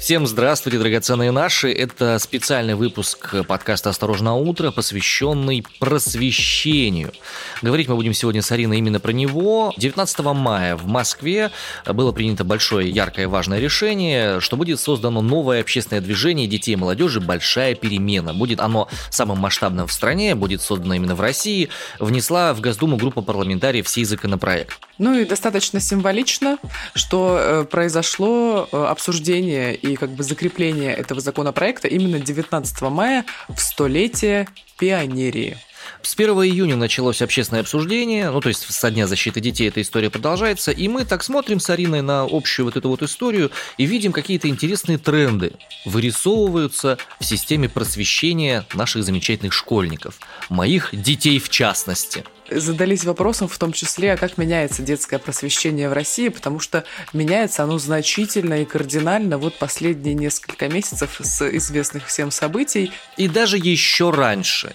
Всем здравствуйте, драгоценные наши. Это специальный выпуск подкаста «Осторожно, утро», посвященный просвещению. Говорить мы будем сегодня с Ариной именно про него. 19 мая в Москве было принято большое, яркое, важное решение, что будет создано новое общественное движение детей и молодежи «Большая перемена». Будет оно самым масштабным в стране, будет создано именно в России. Внесла в Госдуму группа парламентариев сей законопроект. Ну и достаточно символично, что произошло обсуждение и закрепление этого законопроекта именно 19 мая в 100-летие пионерии. С 1 июня началось общественное обсуждение, то есть со Дня защиты детей эта история продолжается, и мы так смотрим с Ариной на общую вот эту историю и видим какие-то интересные тренды вырисовываются в системе просвещения наших замечательных школьников, моих детей в частности. Задались вопросом в том числе, как меняется детское просвещение в России, потому что меняется оно значительно и кардинально последние несколько месяцев с известных всем событий. И даже еще раньше,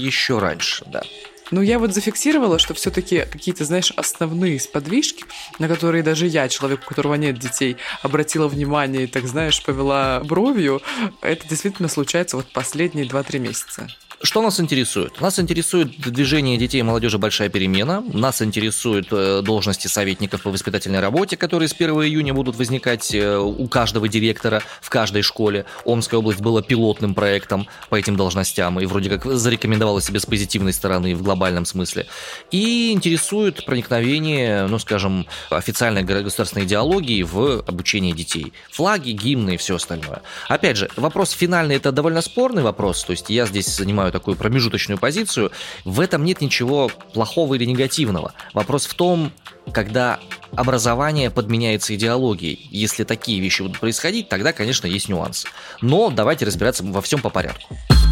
да. Я зафиксировала, что все-таки какие-то, основные сподвижки, на которые даже я, человек, у которого нет детей, обратила внимание и, повела бровью, это действительно случается последние 2-3 месяца. Что нас интересует? Нас интересует движение детей и молодежи «Большая перемена», нас интересуют должности советников по воспитательной работе, которые с 1 июня будут возникать у каждого директора в каждой школе. Омская область была пилотным проектом по этим должностям и вроде как зарекомендовала себя с позитивной стороны в глобальном смысле. И интересует проникновение, официальной государственной идеологии в обучение детей. Флаги, гимны и все остальное. Опять же, вопрос финальный – это довольно спорный вопрос, то есть я здесь занимаю такую промежуточную позицию, в этом нет ничего плохого или негативного. Вопрос в том, когда образование подменяется идеологией. Если такие вещи будут происходить, тогда, конечно, есть нюансы. Но давайте разбираться во всем по порядку.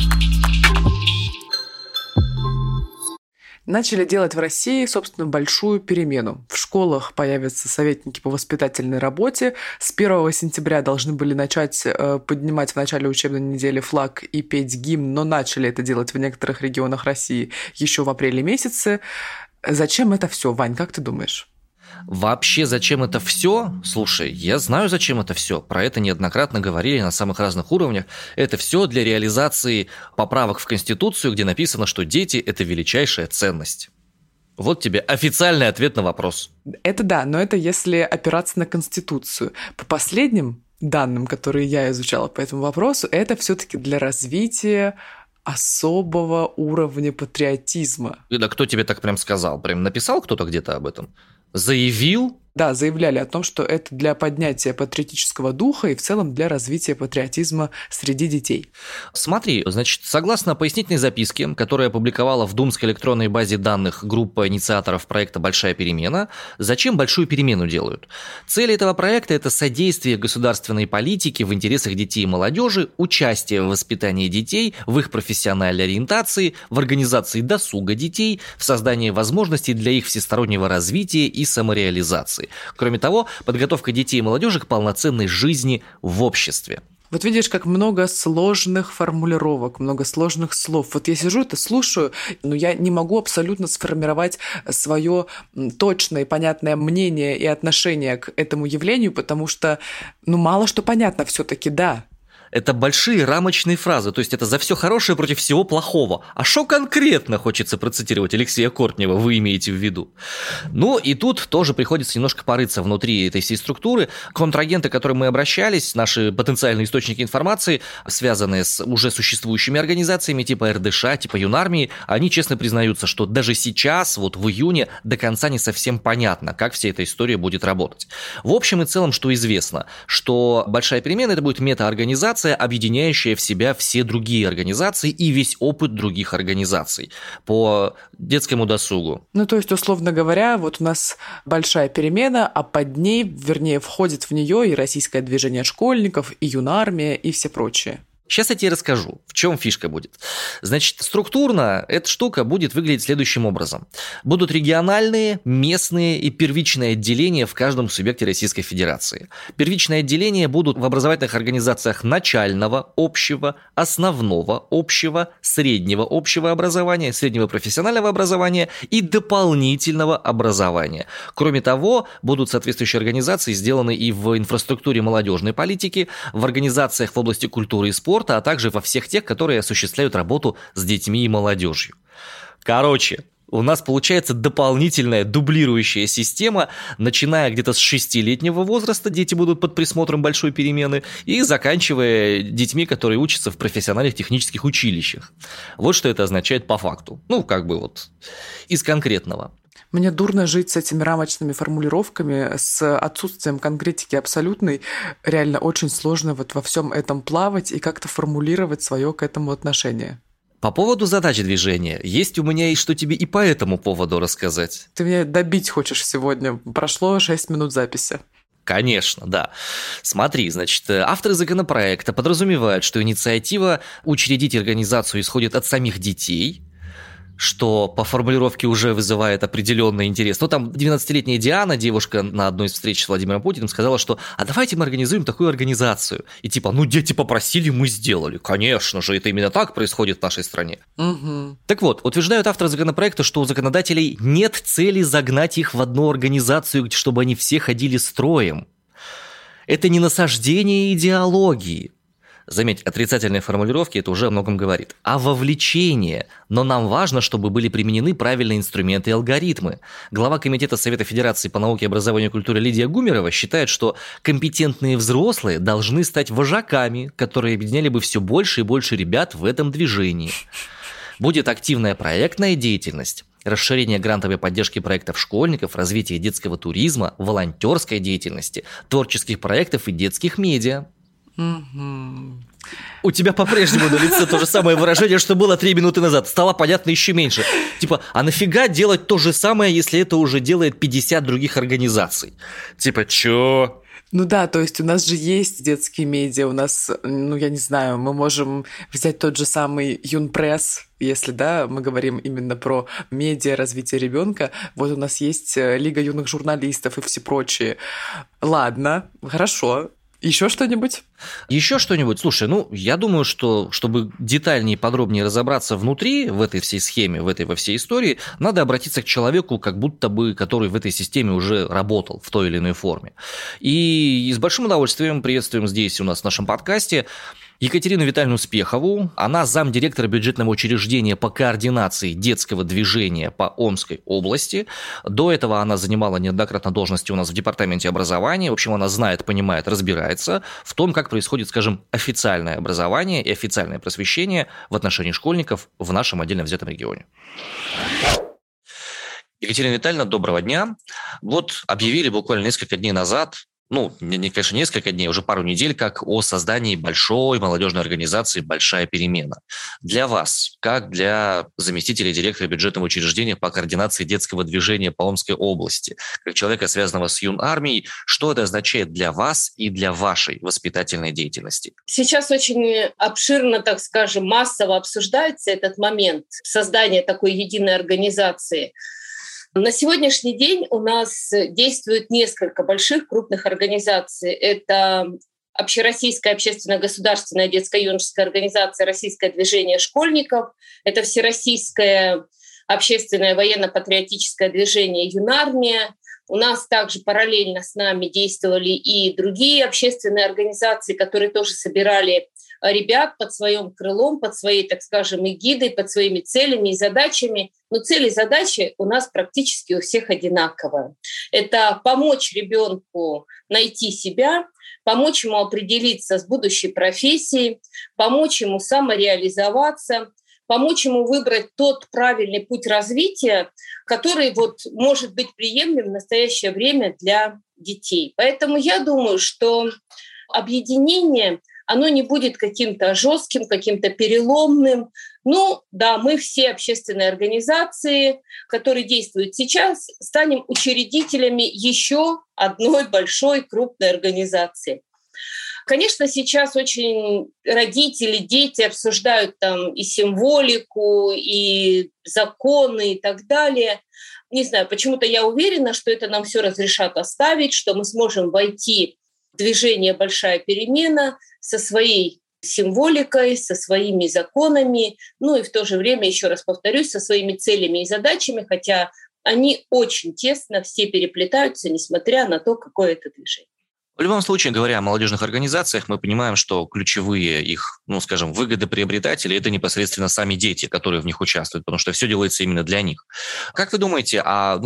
Начали делать в России, собственно, большую перемену. В школах появятся советники по воспитательной работе. С 1 сентября должны были начать поднимать в начале учебной недели флаг и петь гимн, но начали это делать в некоторых регионах России еще в апреле месяце. Зачем это все, Вань, как ты думаешь? Вообще, зачем это все? Слушай, я знаю, зачем это все. Про это неоднократно говорили на самых разных уровнях. Это все для реализации поправок в Конституцию, где написано, что дети – это величайшая ценность. Вот тебе официальный ответ на вопрос. Это да, но это если опираться на Конституцию. По последним данным, которые я изучала по этому вопросу, это все-таки для развития особого уровня патриотизма. Да кто тебе так прям сказал? Прям написал кто-то где-то об этом? Заявил? Да, заявляли о том, что это для поднятия патриотического духа и в целом для развития патриотизма среди детей. Смотри, согласно пояснительной записке, которую опубликовала в Думской электронной базе данных группа инициаторов проекта «Большая перемена», зачем большую перемену делают? Цель этого проекта – это содействие государственной политике в интересах детей и молодежи, участие в воспитании детей, в их профессиональной ориентации, в организации досуга детей, в создании возможностей для их всестороннего развития и самореализации. Кроме того, подготовка детей и молодежи к полноценной жизни в обществе. Вот видишь, как много сложных формулировок, много сложных слов. Вот я сижу, это слушаю, но я не могу абсолютно сформировать свое точное и понятное мнение и отношение к этому явлению, потому что, мало что понятно все-таки, да. Это большие рамочные фразы, то есть это за все хорошее против всего плохого. А что конкретно, хочется процитировать Алексея Кортнева, вы имеете в виду? И тут тоже приходится немножко порыться внутри этой всей структуры. Контрагенты, к которым мы обращались, наши потенциальные источники информации, связанные с уже существующими организациями типа РДШ, типа Юнармии, они честно признаются, что даже сейчас, в июне, до конца не совсем понятно, как вся эта история будет работать. В общем и целом, что известно, что «Большая перемена» — это будет метаорганизация, объединяющая в себя все другие организации и весь опыт других организаций по детскому досугу. То есть, условно говоря, у нас большая перемена, а под ней, входит в нее и российское движение школьников, и Юнармия, и все прочее. Сейчас я тебе расскажу, в чем фишка будет. Значит, структурно эта штука будет выглядеть следующим образом. Будут региональные, местные и первичные отделения в каждом субъекте Российской Федерации. Первичные отделения будут в образовательных организациях начального, общего, основного, общего, среднего общего образования, среднего профессионального образования и дополнительного образования. Кроме того, будут соответствующие организации сделаны и в инфраструктуре молодежной политики, в организациях в области культуры и спорта, а также во всех тех, которые осуществляют работу с детьми и молодежью. Короче, у нас получается дополнительная дублирующая система, начиная где-то с 6-летнего возраста, дети будут под присмотром большой перемены, и заканчивая детьми, которые учатся в профессиональных технических училищах. Вот что это означает по факту. Из конкретного. Мне дурно жить с этими рамочными формулировками, с отсутствием конкретики абсолютной. Реально очень сложно вот во всем этом плавать и как-то формулировать свое к этому отношение. По поводу задачи движения, есть у меня и что тебе и по этому поводу рассказать. Ты меня добить хочешь сегодня. Прошло 6 минут записи. Конечно, да. Смотри, значит, авторы законопроекта подразумевают, что инициатива учредить организацию исходит от самих детей, что по формулировке уже вызывает определенный интерес. Там 12-летняя Диана, девушка на одной из встреч с Владимиром Путиным, сказала, что «а давайте мы организуем такую организацию». И дети попросили, мы сделали. Конечно же, это именно так происходит в нашей стране. Угу. Так вот, утверждают авторы законопроекта, что у законодателей нет цели загнать их в одну организацию, чтобы они все ходили строем. Это не насаждение идеологии. Заметь, отрицательные формулировки это уже о многом говорит. А вовлечение. Но нам важно, чтобы были применены правильные инструменты и алгоритмы. Глава Комитета Совета Федерации по науке, образованию и культуре Лидия Гумерова считает, что компетентные взрослые должны стать вожаками, которые объединяли бы все больше и больше ребят в этом движении. Будет активная проектная деятельность, расширение грантовой поддержки проектов школьников, развитие детского туризма, волонтерской деятельности, творческих проектов и детских медиа. У тебя по-прежнему на лице то же самое выражение, что было 3 минуты назад. Стало понятно еще меньше. А нафига делать то же самое, если это уже делает 50 других организаций? Чё? То есть у нас же есть детские медиа, у нас, я не знаю, мы можем взять тот же самый Юнпресс, если, мы говорим именно про медиа, развитие ребенка. Вот у нас есть Лига юных журналистов и все прочие. Ладно, хорошо. Еще что-нибудь? Еще что-нибудь? Слушай, я думаю, что чтобы детальнее и подробнее разобраться внутри, в этой всей схеме, во всей истории, надо обратиться к человеку, как будто бы, который в этой системе уже работал в той или иной форме. И с большим удовольствием приветствуем здесь у нас в нашем подкасте Екатерину Витальевну Спехову. Она замдиректора бюджетного учреждения по координации детского движения по Омской области. До этого она занимала неоднократно должности у нас в департаменте образования. В общем, она знает, понимает, разбирается в том, как происходит, скажем, официальное образование и официальное просвещение в отношении школьников в нашем отдельно взятом регионе. Екатерина Витальевна, доброго дня. Объявили буквально несколько дней назад, конечно, несколько дней, уже пару недель, как о создании большой молодежной организации «Большая перемена». Для вас, как для заместителя директора бюджетного учреждения по координации детского движения по Омской области, как человека, связанного с юнармией, что это означает для вас и для вашей воспитательной деятельности? Сейчас очень обширно, так скажем, массово обсуждается этот момент создания такой единой организации. На сегодняшний день у нас действует несколько больших крупных организаций. Это Общероссийская общественно-государственная детско-юношеская организация «Российское движение школьников», это Всероссийское общественное военно-патриотическое движение «Юнармия». У нас также параллельно с нами действовали и другие общественные организации, которые тоже собирали ребят под своим крылом, под своей, так скажем, эгидой, под своими целями и задачами. Но цели и задачи у нас практически у всех одинаковые. Это помочь ребенку найти себя, помочь ему определиться с будущей профессией, помочь ему самореализоваться, помочь ему выбрать тот правильный путь развития, который может быть приемлем в настоящее время для детей. Поэтому я думаю, что объединение оно не будет каким-то жестким, каким-то переломным. Мы все общественные организации, которые действуют сейчас, станем учредителями еще одной большой крупной организации. Конечно, сейчас очень родители, дети обсуждают там и символику, и законы и так далее. Не знаю, почему-то я уверена, что это нам все разрешат оставить, что мы сможем войти в движение «Большая перемена» со своей символикой, со своими законами, ну и в то же время, еще раз повторюсь, со своими целями и задачами, хотя они очень тесно все переплетаются, несмотря на то, какое это движение. В любом случае, говоря о молодежных организациях, мы понимаем, что ключевые их, выгодоприобретатели – это непосредственно сами дети, которые в них участвуют, потому что все делается именно для них. Как вы думаете,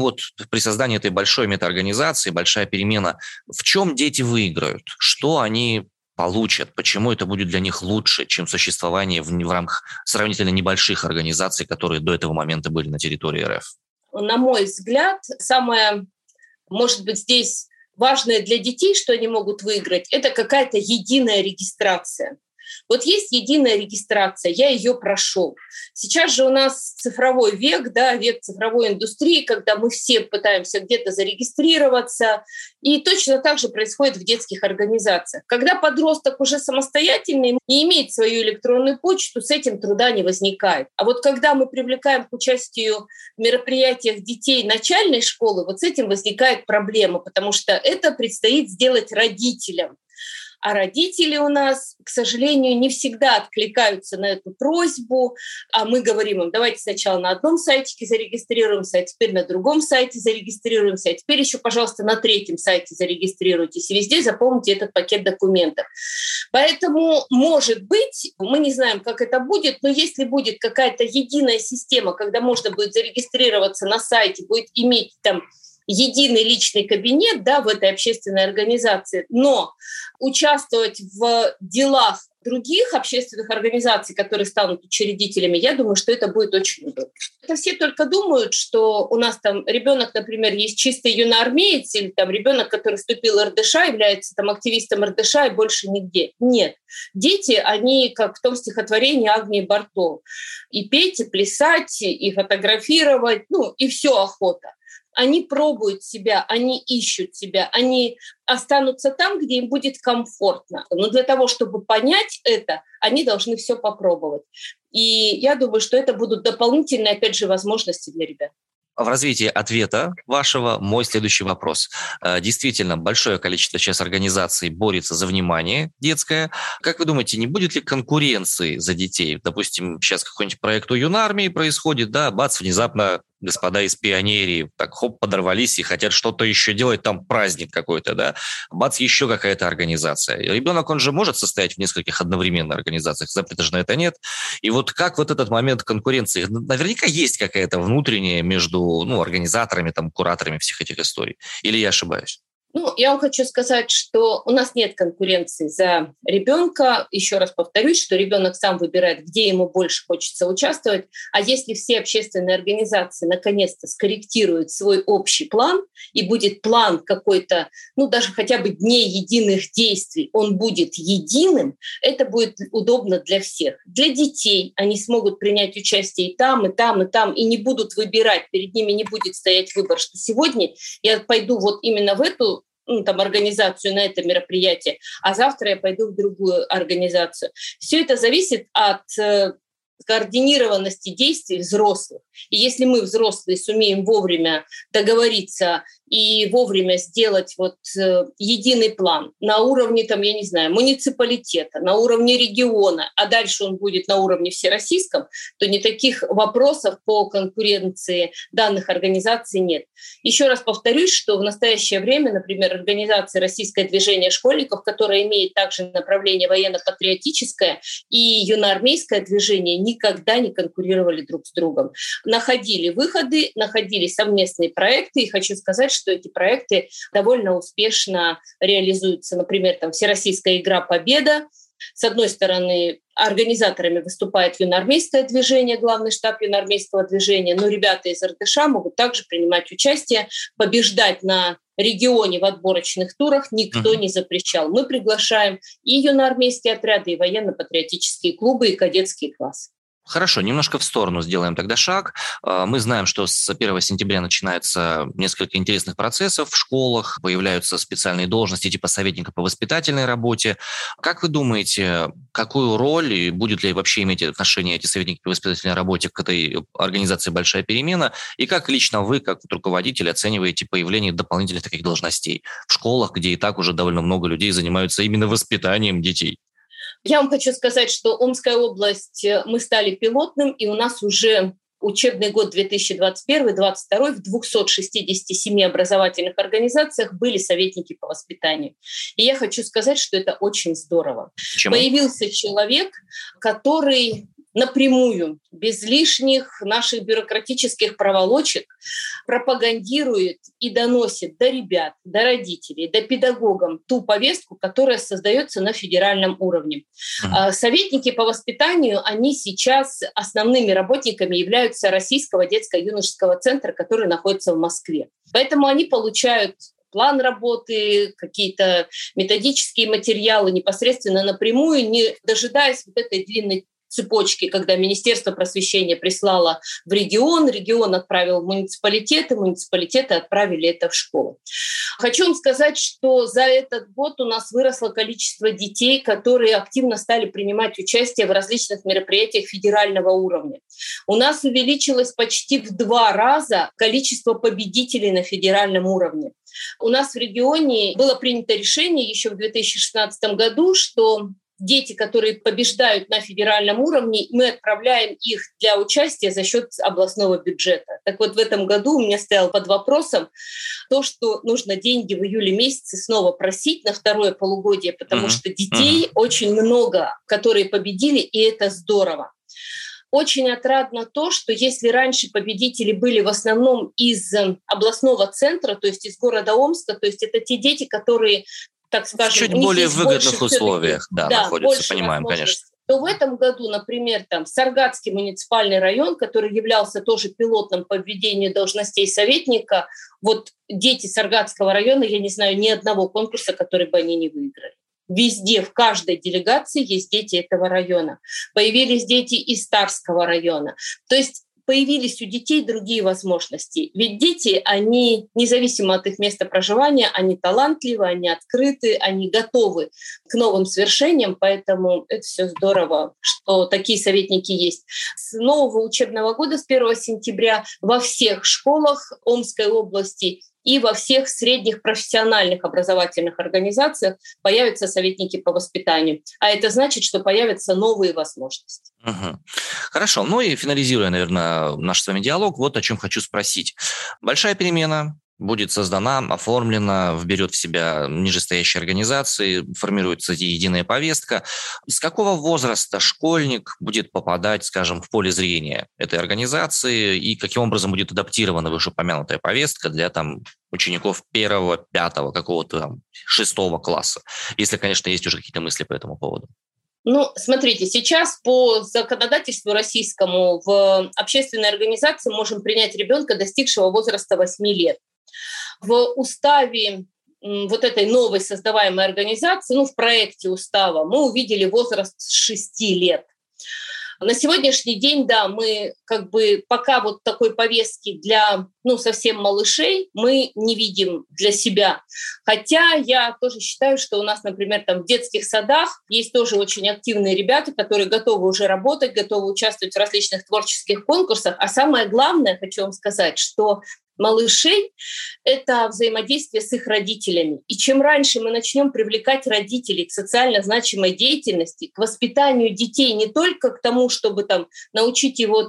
при создании этой большой метаорганизации, большая перемена, в чем дети выиграют? Что они получат? Почему это будет для них лучше, чем существование в рамках сравнительно небольших организаций, которые до этого момента были на территории РФ? На мой взгляд, самое, может быть, здесь важное для детей, что они могут выиграть, это какая-то единая регистрация. Вот есть единая регистрация, я ее прошел. Сейчас же у нас цифровой век, да, век цифровой индустрии, когда мы все пытаемся где-то зарегистрироваться. И точно так же происходит в детских организациях. Когда подросток уже самостоятельный и имеет свою электронную почту, с этим труда не возникает. А вот когда мы привлекаем к участию в мероприятиях детей начальной школы, вот с этим возникает проблема, потому что это предстоит сделать родителям. А родители у нас, к сожалению, не всегда откликаются на эту просьбу. А мы говорим им, давайте сначала на одном сайтике зарегистрируемся, а теперь на другом сайте зарегистрируемся, а теперь еще, пожалуйста, на третьем сайте зарегистрируйтесь и везде заполните этот пакет документов. Поэтому, может быть, мы не знаем, как это будет, но если будет какая-то единая система, когда можно будет зарегистрироваться на сайте, будет иметь там единый личный кабинет, да, в этой общественной организации, но участвовать в делах других общественных организаций, которые станут учредителями, я думаю, что это будет очень удобно. Это все только думают, что у нас там ребенок, например, есть чистый юноармеец, или там ребенок, который вступил в РДШ, является там активистом РДШ и больше нигде. Нет. Дети, они, как в том стихотворении Агнии Барто, и петь, и плясать, и фотографировать, и все охота. Они пробуют себя, они ищут себя, они останутся там, где им будет комфортно. Но для того, чтобы понять это, они должны все попробовать. И я думаю, что это будут дополнительные, опять же, возможности для ребят. В развитии ответа вашего мой следующий вопрос. Действительно, большое количество сейчас организаций борется за внимание детское. Как вы думаете, не будет ли конкуренции за детей? Допустим, сейчас какой-нибудь проект у юнармии происходит, да, бац, внезапно господа из пионерии так подорвались и хотят что-то еще делать, там праздник какой-то, да, бац, еще какая-то организация. Ребенок, он же может состоять в нескольких одновременно организациях, запрета же на это нет. И вот как вот этот момент конкуренции, наверняка есть какая-то внутренняя между организаторами, там, кураторами всех этих историй. Или я ошибаюсь? Я вам хочу сказать, что у нас нет конкуренции за ребенка. Еще раз повторюсь, что ребенок сам выбирает, где ему больше хочется участвовать. А если все общественные организации наконец-то скорректируют свой общий план, и будет план какой-то, даже хотя бы дней единых действий, он будет единым, это будет удобно для всех. Для детей они смогут принять участие и там, и там, и там, и не будут выбирать, перед ними не будет стоять выбор, что сегодня я пойду вот именно в эту организацию, на это мероприятие, а завтра я пойду в другую организацию. Все это зависит от координированности действий взрослых. И если мы, взрослые, сумеем вовремя договориться и вовремя сделать единый план на уровне, муниципалитета, на уровне региона, а дальше он будет на уровне всероссийском, то никаких вопросов по конкуренции данных организаций нет. Еще раз повторюсь, что в настоящее время, например, организация «Российское движение школьников», которая имеет также направление военно-патриотическое, и юноармейское движение никогда не конкурировали друг с другом. Находили выходы, находили совместные проекты, и хочу сказать, что эти проекты довольно успешно реализуются. Например, Всероссийская игра «Победа». С одной стороны, организаторами выступает юноармейское движение, главный штаб юноармейского движения, но ребята из РДШ могут также принимать участие, побеждать на регионе в отборочных турах никто не запрещал. Мы приглашаем и юноармейские отряды, и военно-патриотические клубы, и кадетские классы. Хорошо, немножко в сторону сделаем тогда шаг. Мы знаем, что с 1 сентября начинается несколько интересных процессов в школах, появляются специальные должности типа советника по воспитательной работе. Как вы думаете, какую роль и будет ли вообще иметь отношение эти советники по воспитательной работе к этой организации «Большая перемена»? И как лично вы, как руководитель, оцениваете появление дополнительных таких должностей в школах, где и так уже довольно много людей занимаются именно воспитанием детей? Я вам хочу сказать, что Омская область, мы стали пилотным, и у нас уже учебный год 2021-2022 в 267 образовательных организациях были советники по воспитанию. И я хочу сказать, что это очень здорово. Почему? Появился человек, который напрямую, без лишних наших бюрократических проволочек, пропагандирует и доносит до ребят, до родителей, до педагогов ту повестку, которая создается на федеральном уровне. Советники по воспитанию, они сейчас основными работниками являются Российского детско-юношеского центра, который находится в Москве. Поэтому они получают план работы, какие-то методические материалы непосредственно напрямую, не дожидаясь вот этой длинной цепочки, когда Министерство просвещения прислало в регион отправил в муниципалитеты отправили это в школу. Хочу вам сказать, что за этот год у нас выросло количество детей, которые активно стали принимать участие в различных мероприятиях федерального уровня. У нас увеличилось почти в 2 раза количество победителей на федеральном уровне. У нас в регионе было принято решение еще в 2016 году, что дети, которые побеждают на федеральном уровне, мы отправляем их для участия за счет областного бюджета. Так вот, в этом году у меня стояло под вопросом то, что нужно деньги в июле месяце снова просить на второе полугодие, потому что детей очень много, которые победили, и это здорово. Очень отрадно то, что если раньше победители были в основном из областного центра, то есть из города Омска, то есть это те дети, которые, так скажем, чуть более выгодных условиях, находятся, понимаем, конечно. То в этом году, например, Саргатский муниципальный район, который являлся тоже пилотным по введению должностей советника, вот дети Саргатского района, я не знаю ни одного конкурса, который бы они не выиграли. Везде, в каждой делегации есть дети этого района. Появились дети из Старского района. То есть появились у детей другие возможности. Ведь дети, они, независимо от их места проживания, они талантливы, они открыты, они готовы к новым свершениям, поэтому это все здорово, что такие советники есть. С нового учебного года, с 1 сентября, во всех школах Омской области и во всех средних профессиональных образовательных организациях появятся советники по воспитанию. А это значит, что появятся новые возможности. Хорошо. Ну и финализируя, наверное, наш с вами диалог, вот о чем хочу спросить. Большая перемена будет создана, оформлена, вберет в себя нижестоящие организации, формируется единая повестка. С какого возраста школьник будет попадать, скажем, в поле зрения этой организации и каким образом будет адаптирована вышеупомянутая повестка для учеников 1, 5, какого-то 6 класса, если, конечно, есть уже какие-то мысли по этому поводу? Смотрите, сейчас по законодательству российскому в общественной организации можем принять ребенка, достигшего возраста 8 лет. В уставе вот этой новой создаваемой организации, в проекте устава, мы увидели возраст с 6 лет. На сегодняшний день, мы пока вот такой повестки для совсем малышей мы не видим для себя. Хотя я тоже считаю, что у нас, например, в детских садах есть тоже очень активные ребята, которые готовы уже работать, готовы участвовать в различных творческих конкурсах. А самое главное, хочу вам сказать, что малышей — это взаимодействие с их родителями. И чем раньше мы начнем привлекать родителей к социально значимой деятельности, к воспитанию детей не только к тому, чтобы научить его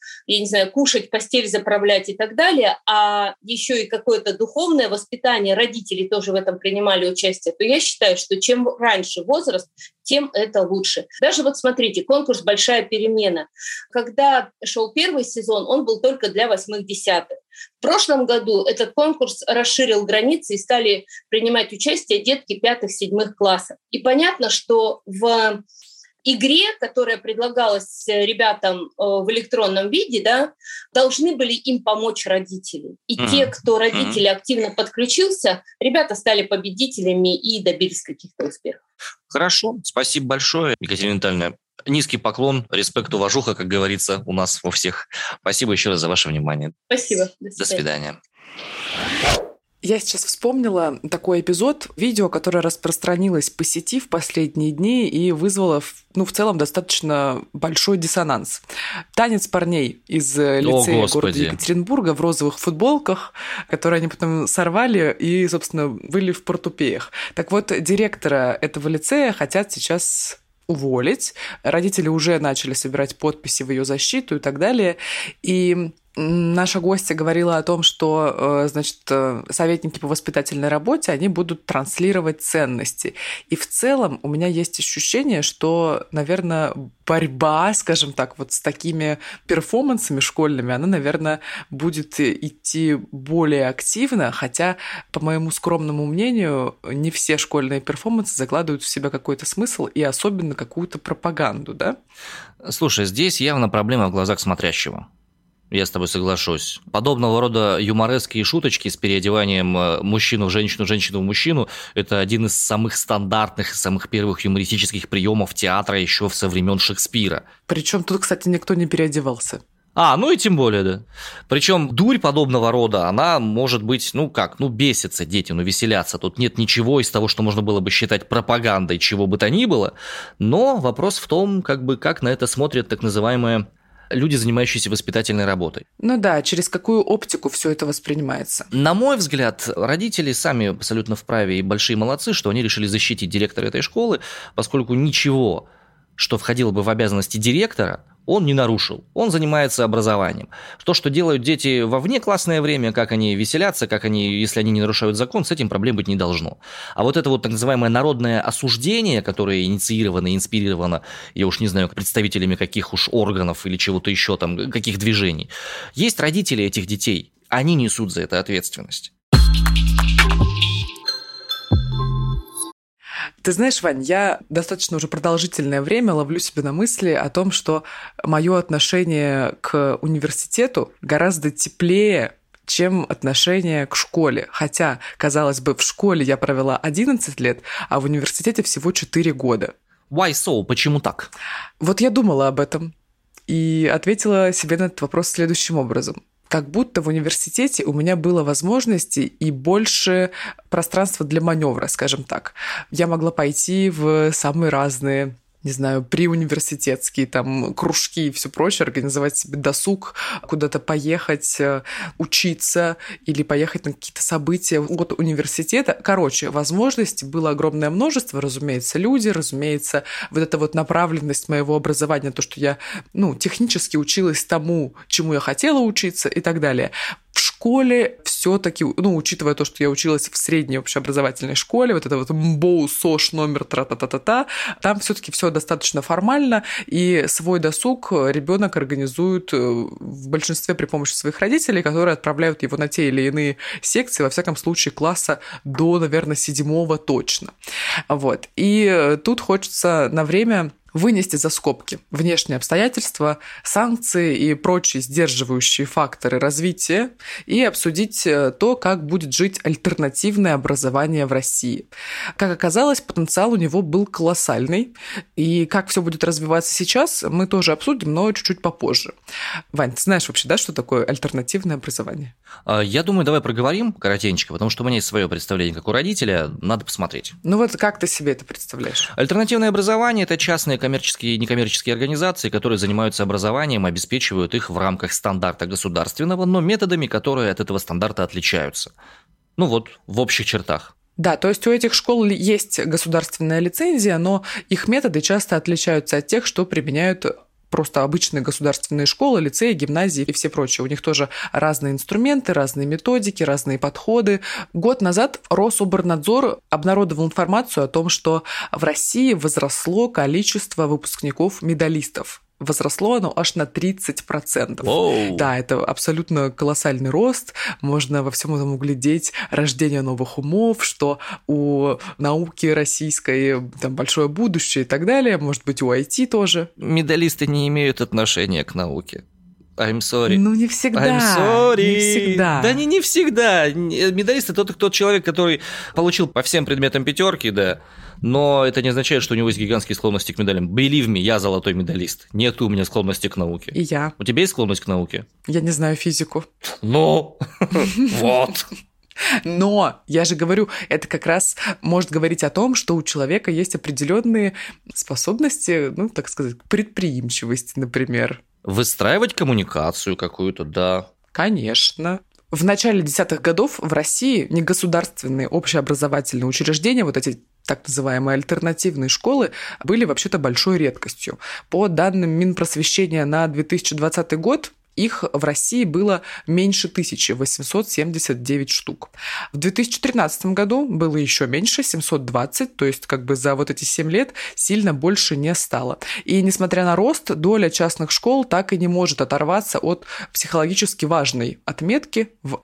кушать, постель заправлять и так далее, а еще и какое-то духовное воспитание, родители тоже в этом принимали участие, то я считаю, что чем раньше возраст, тем это лучше. Даже смотрите, конкурс «Большая перемена». Когда шел первый сезон, он был только для 8-10. В прошлом году этот конкурс расширил границы и стали принимать участие детки 5-7 классов. И понятно, что в игре, которая предлагалась ребятам в электронном виде, должны были им помочь родители. И те, кто родители активно подключился, ребята стали победителями и добились каких-то успехов. Хорошо, спасибо большое, Екатерина Витальевна. Низкий поклон, респект, уважуха, как говорится у нас у всех. Спасибо еще раз за ваше внимание. Спасибо. До свидания. Я сейчас вспомнила такой эпизод, видео, которое распространилось по сети в последние дни и вызвало, в целом, достаточно большой диссонанс. Танец парней из лицея города Екатеринбурга в розовых футболках, которые они потом сорвали и, собственно, были в портупеях. Так вот, директора этого лицея хотят сейчас уволить. Родители уже начали собирать подписи в ее защиту и так далее. И наша гостья говорила о том, что, советники по воспитательной работе, они будут транслировать ценности. И в целом у меня есть ощущение, что, наверное, борьба, скажем так, вот с такими перформансами школьными, она, наверное, будет идти более активно, хотя, по моему скромному мнению, не все школьные перформансы закладывают в себя какой-то смысл и особенно какую-то пропаганду, да? Слушай, здесь явно проблема в глазах смотрящего. Я с тобой соглашусь. Подобного рода юморески и шуточки с переодеванием мужчину в женщину, женщину в мужчину – это один из самых стандартных, самых первых юмористических приемов театра еще со времен Шекспира. Причем тут, кстати, никто не переодевался. И тем более, да. Причем дурь подобного рода, она может быть, бесятся дети, веселятся. Тут нет ничего из того, что можно было бы считать пропагандой, чего бы то ни было. Но вопрос в том, как на это смотрят так называемые люди, занимающиеся воспитательной работой. Через какую оптику все это воспринимается? На мой взгляд, родители сами абсолютно вправе и большие молодцы, что они решили защитить директора этой школы, поскольку ничего, что входило бы в обязанности директора, он не нарушил. Он занимается образованием. То, что делают дети во внеклассное время, как они веселятся, если они не нарушают закон, с этим проблем быть не должно. А вот это вот так называемое народное осуждение, которое инициировано и инспирировано, я уж не знаю, представителями каких уж органов или чего-то еще там, каких движений. Есть родители этих детей, они несут за это ответственность. Ты знаешь, Вань, я достаточно уже продолжительное время ловлю себя на мысли о том, что мое отношение к университету гораздо теплее, чем отношение к школе. Хотя, казалось бы, в школе я провела 11 лет, а в университете всего 4 года. Why so? Почему так? Вот я думала об этом и ответила себе на этот вопрос следующим образом. Как будто в университете у меня было возможности и больше пространства для маневра, скажем так. Я могла пойти в самые разные, приуниверситетские там кружки и все прочее, организовать себе досуг, куда-то поехать, учиться или поехать на какие-то события от университета. Возможностей было огромное множество, разумеется, люди, разумеется, вот эта вот направленность моего образования, то, что я, технически училась тому, чему я хотела учиться и так далее. В школе все-таки, учитывая то, что я училась в средней общеобразовательной школе, вот это вот МБОУ, СОШ, номер, тра-та-та-та-та, там все-таки все достаточно формально, и свой досуг ребенок организует в большинстве при помощи своих родителей, которые отправляют его на те или иные секции, во всяком случае, класса до, наверное, 7-го точно. Вот. И тут хочется на время вынести за скобки внешние обстоятельства, санкции и прочие сдерживающие факторы развития и обсудить то, как будет жить альтернативное образование в России. Как оказалось, потенциал у него был колоссальный, и как все будет развиваться сейчас, мы тоже обсудим, но чуть-чуть попозже. Вань, ты знаешь вообще, да, что такое альтернативное образование? Я думаю, давай проговорим коротенько, потому что у меня есть свое представление, как у родителя, надо посмотреть. Как ты себе это представляешь? Альтернативное образование – это частные коммерческие и некоммерческие организации, которые занимаются образованием, обеспечивают их в рамках стандарта государственного, но методами, которые от этого стандарта отличаются. В общих чертах. Да, то есть у этих школ есть государственная лицензия, но их методы часто отличаются от тех, что применяют просто обычные государственные школы, лицеи, гимназии и все прочее. У них тоже разные инструменты, разные методики, разные подходы. Год назад Рособорнадзор обнародовал информацию о том, что в России возросло количество выпускников-медалистов. Возросло оно аж на 30%. Воу. Да, это абсолютно колоссальный рост. Можно во всем этом углядеть рождение новых умов, что у науки российской там большое будущее и так далее. Может быть, у IT тоже. Медалисты не имеют отношения к науке. I'm sorry. Ну, не всегда. I'm sorry. Не всегда. Да не всегда. Медалист – это тот человек, который получил по всем предметам 5, да, но это не означает, что у него есть гигантские склонности к медалям. Believe me, я золотой медалист. Нет у меня склонности к науке. И я. У тебя есть склонность к науке? Я не знаю физику. Ну, вот. Но, я же говорю, это как раз может говорить о том, что у человека есть определенные способности, ну, так сказать, к предприимчивости, например. Выстраивать коммуникацию какую-то, да. Конечно. В начале 10-х годов в России негосударственные общеобразовательные учреждения, вот эти так называемые альтернативные школы, были вообще-то большой редкостью. По данным Минпросвещения на 2020 год, их в России было меньше 879 штук. В 2013 году было еще меньше, 720, то есть как бы за вот эти 7 лет сильно больше не стало. И несмотря на рост, доля частных школ так и не может оторваться от психологически важной отметки в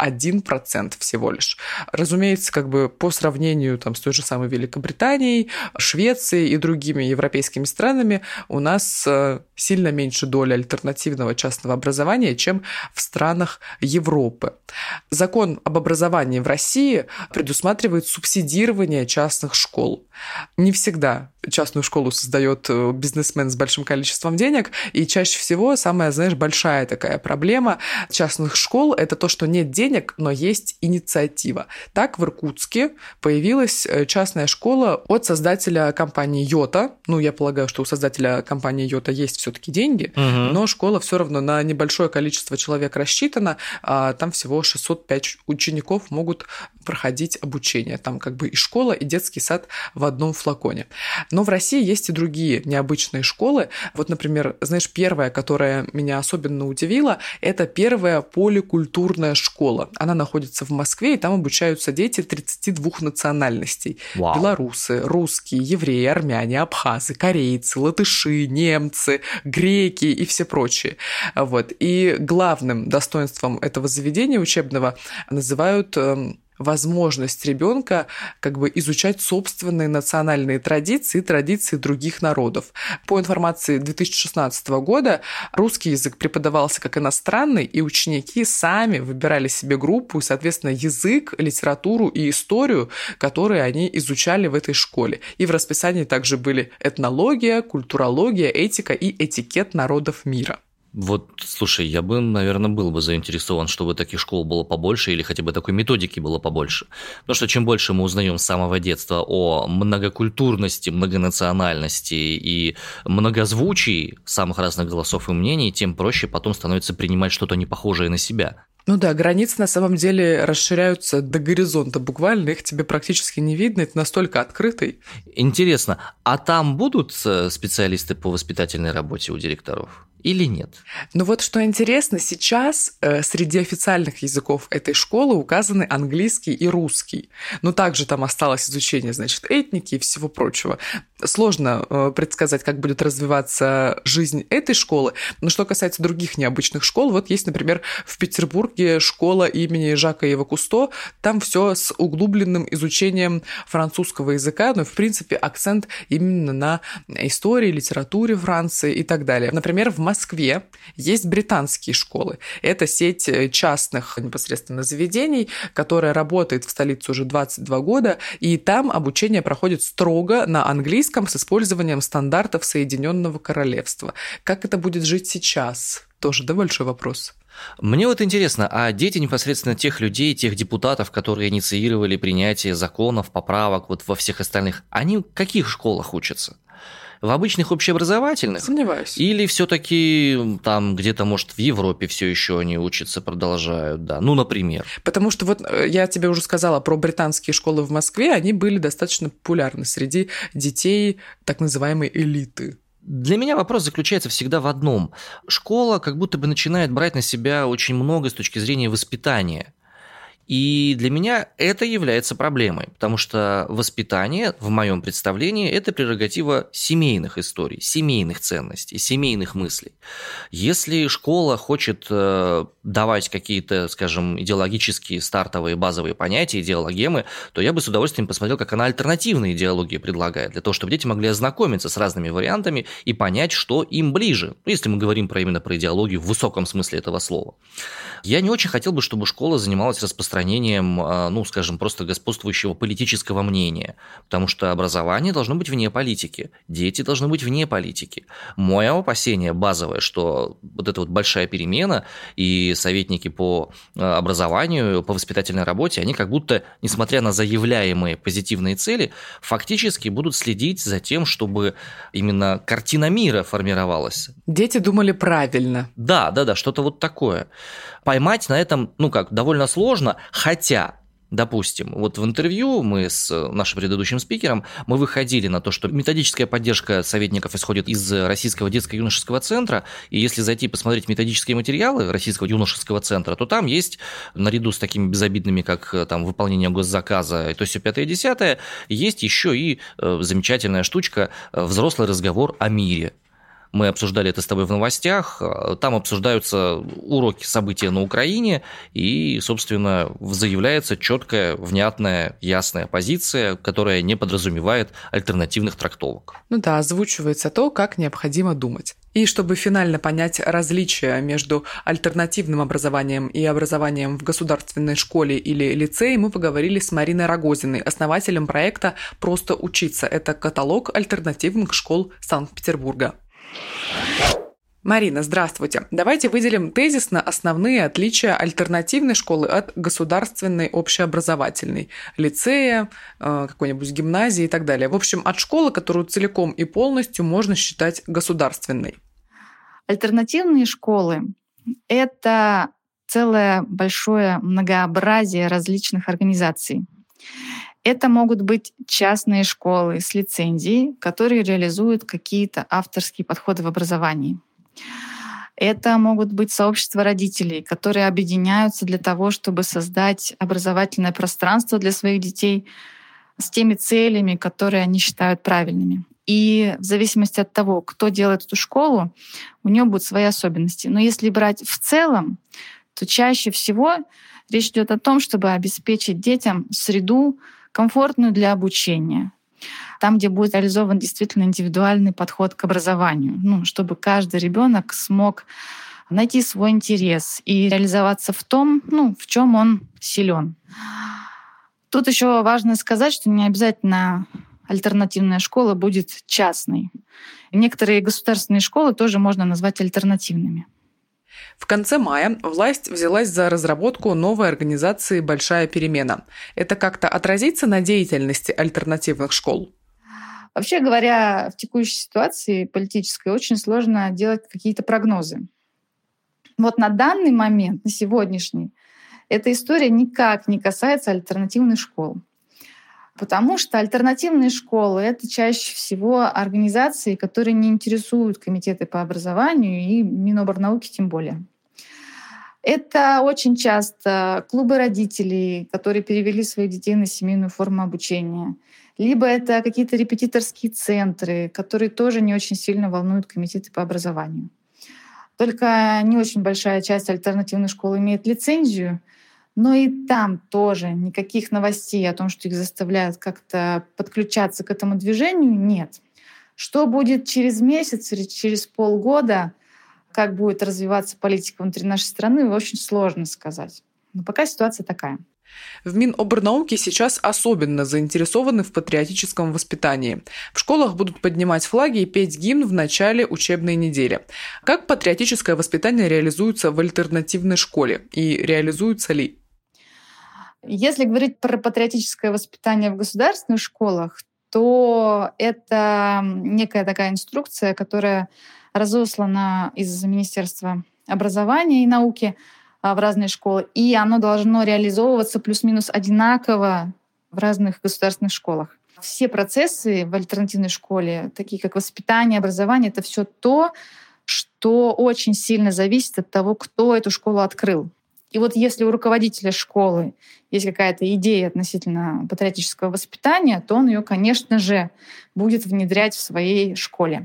1% всего лишь. Разумеется, как бы по сравнению там, с той же самой Великобританией, Швецией и другими европейскими странами у нас сильно меньше доля альтернативного частного образования, чем в странах Европы. Закон об образовании в России предусматривает субсидирование частных школ. Не всегда частную школу создает бизнесмен с большим количеством денег, и чаще всего самая, знаешь, большая такая проблема частных школ – это то, что нет денег, но есть инициатива. Так в Иркутске появилась частная школа от создателя компании «Йота». Ну, я полагаю, что у создателя компании «Йота» есть все-таки деньги, но школа все равно на небольшое количество человек рассчитана, а там всего 605 учеников могут проходить обучение. Там как бы и школа, и детский сад в одном флаконе. Но в России есть и другие необычные школы. Вот, например, знаешь, первая, которая меня особенно удивила, это первая поликультурная школа. Она находится в Москве, и там обучаются дети 32 национальностей. Вау. Белорусы, русские, евреи, армяне, абхазы, корейцы, латыши, немцы, греки и все прочие. Вот. И главным достоинством этого заведения учебного называют возможность ребенка как бы изучать собственные национальные традиции и традиции других народов. По информации 2016 года русский язык преподавался как иностранный, и ученики сами выбирали себе группу и, соответственно, язык, литературу и историю, которые они изучали в этой школе. И в расписании также были этнология, культурология, этика и этикет народов мира. Вот, слушай, я бы, наверное, был бы заинтересован, чтобы таких школ было побольше или хотя бы такой методики было побольше. Потому что чем больше мы узнаем с самого детства о многокультурности, многонациональности и многозвучии самых разных голосов и мнений, тем проще потом становится принимать что-то непохожее на себя. Ну да, границы на самом деле расширяются до горизонта буквально, их тебе практически не видно, это настолько открытый. Интересно, а там будут специалисты по воспитательной работе у директоров? Или нет? Ну вот что интересно, сейчас среди официальных языков этой школы указаны английский и русский. Но также там осталось изучение, значит, этники и всего прочего. Сложно предсказать, как будет развиваться жизнь этой школы. Но что касается других необычных школ, вот есть, например, в Петербурге школа имени Жака Ива Кусто. Там все с углубленным изучением французского языка, но, в принципе, акцент именно на истории, литературе Франции и так далее. Например, в Москве есть британские школы. Это сеть частных непосредственно заведений, которая работает в столице уже 22 года, и там обучение проходит строго на английском с использованием стандартов Соединенного Королевства. Как это будет жить сейчас? Тоже, да, большой вопрос. Мне вот интересно, а дети непосредственно тех людей, тех депутатов, которые инициировали принятие законов, поправок вот во всех остальных, они в каких школах учатся? В обычных общеобразовательных? Сомневаюсь. Или все-таки там где-то, может, в Европе все еще они учатся, продолжают, да. Ну, например. Потому что вот я тебе уже сказала про британские школы в Москве, они были достаточно популярны среди детей так называемой элиты. Для меня вопрос заключается всегда в одном. Школа как будто бы начинает брать на себя очень много с точки зрения воспитания. И для меня это является проблемой, потому что воспитание, в моем представлении, это прерогатива семейных историй, семейных ценностей, семейных мыслей. Если школа хочет давать какие-то, скажем, идеологические стартовые базовые понятия, идеологемы, то я бы с удовольствием посмотрел, как она альтернативные идеологии предлагает, для того, чтобы дети могли ознакомиться с разными вариантами и понять, что им ближе, если мы говорим именно про идеологию в высоком смысле этого слова. Я не очень хотел бы, чтобы школа занималась распространением, скажем, просто господствующего политического мнения, потому что образование должно быть вне политики, дети должны быть вне политики. Мое опасение базовое, что вот эта вот большая перемена и советники по образованию, по воспитательной работе, они как будто, несмотря на заявляемые позитивные цели, фактически будут следить за тем, чтобы именно картина мира формировалась. Дети думали правильно. Да, что-то вот такое. Поймать на этом, довольно сложно, хотя, допустим, вот в интервью мы с нашим предыдущим спикером, мы выходили на то, что методическая поддержка советников исходит из Российского детско-юношеского центра, и если зайти посмотреть методические материалы Российского юношеского центра, то там есть, наряду с такими безобидными, как там выполнение госзаказа и то все 5-10, есть еще и замечательная штучка «Взрослый разговор о мире». Мы обсуждали это с тобой в новостях, там обсуждаются уроки, события на Украине, и, собственно, заявляется четкая, внятная, ясная позиция, которая не подразумевает альтернативных трактовок. Озвучивается то, как необходимо думать. И чтобы финально понять различия между альтернативным образованием и образованием в государственной школе или лицее, мы поговорили с Мариной Рогозиной, основателем проекта «Просто учиться». Это каталог альтернативных школ Санкт-Петербурга. Марина, здравствуйте. Давайте выделим тезисно основные отличия альтернативной школы от государственной общеобразовательной, лицея, какой-нибудь гимназии и так далее. В общем, от школы, которую целиком и полностью можно считать государственной. Альтернативные школы – это целое большое многообразие различных организаций. Это могут быть частные школы с лицензией, которые реализуют какие-то авторские подходы в образовании. Это могут быть сообщества родителей, которые объединяются для того, чтобы создать образовательное пространство для своих детей с теми целями, которые они считают правильными. И в зависимости от того, кто делает эту школу, у нее будут свои особенности. Но если брать в целом, то чаще всего речь идет о том, чтобы обеспечить детям среду, комфортную для обучения, там, где будет реализован действительно индивидуальный подход к образованию, чтобы каждый ребенок смог найти свой интерес и реализоваться в том, в чем он силен. Тут еще важно сказать, что не обязательно альтернативная школа будет частной. Некоторые государственные школы тоже можно назвать альтернативными. В конце мая власть взялась за разработку новой организации «Большая перемена». Это как-то отразится на деятельности альтернативных школ? Вообще говоря, в текущей ситуации политической очень сложно делать какие-то прогнозы. Вот на данный момент, на сегодняшний, эта история никак не касается альтернативных школ. Потому что альтернативные школы — это чаще всего организации, которые не интересуют комитеты по образованию и Миноборнауки тем более. Это очень часто клубы родителей, которые перевели своих детей на семейную форму обучения. Либо это какие-то репетиторские центры, которые тоже не очень сильно волнуют комитеты по образованию. Только не очень большая часть альтернативной школы имеет лицензию, но и там тоже никаких новостей о том, что их заставляют как-то подключаться к этому движению, нет. Что будет через месяц или через полгода, как будет развиваться политика внутри нашей страны, очень сложно сказать. Но пока ситуация такая. В Минобрнауке сейчас особенно заинтересованы в патриотическом воспитании. В школах будут поднимать флаги и петь гимн в начале учебной недели. Как патриотическое воспитание реализуется в альтернативной школе? И реализуется ли? Если говорить про патриотическое воспитание в государственных школах, то это некая такая инструкция, которая разослана из Министерства образования и науки в разные школы, и оно должно реализовываться плюс-минус одинаково в разных государственных школах. Все процессы в альтернативной школе, такие как воспитание, образование, это все то, что очень сильно зависит от того, кто эту школу открыл. И вот если у руководителя школы есть какая-то идея относительно патриотического воспитания, то он ее, конечно же, будет внедрять в своей школе.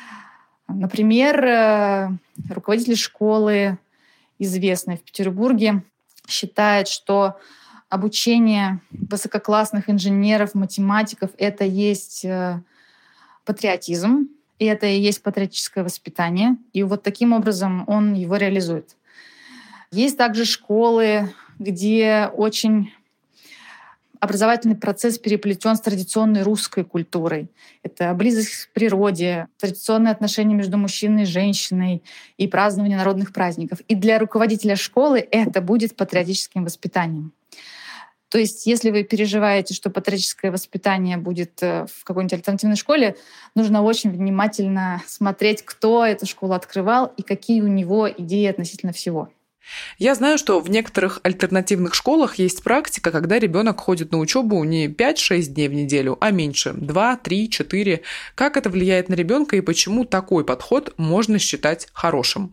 Например, руководитель школы, известный в Петербурге, считает, что обучение высококлассных инженеров, математиков — это есть патриотизм, и это и есть патриотическое воспитание. И вот таким образом он его реализует. Есть также школы, где очень образовательный процесс переплетен с традиционной русской культурой. Это близость к природе, традиционные отношения между мужчиной и женщиной и празднование народных праздников. И для руководителя школы это будет патриотическим воспитанием. То есть если вы переживаете, что патриотическое воспитание будет в какой-нибудь альтернативной школе, нужно очень внимательно смотреть, кто эту школу открывал и какие у него идеи относительно всего. Я знаю, что в некоторых альтернативных школах есть практика, когда ребенок ходит на учебу не 5-6 дней в неделю, а меньше — 2, 3, 4. Как это влияет на ребенка и почему такой подход можно считать хорошим?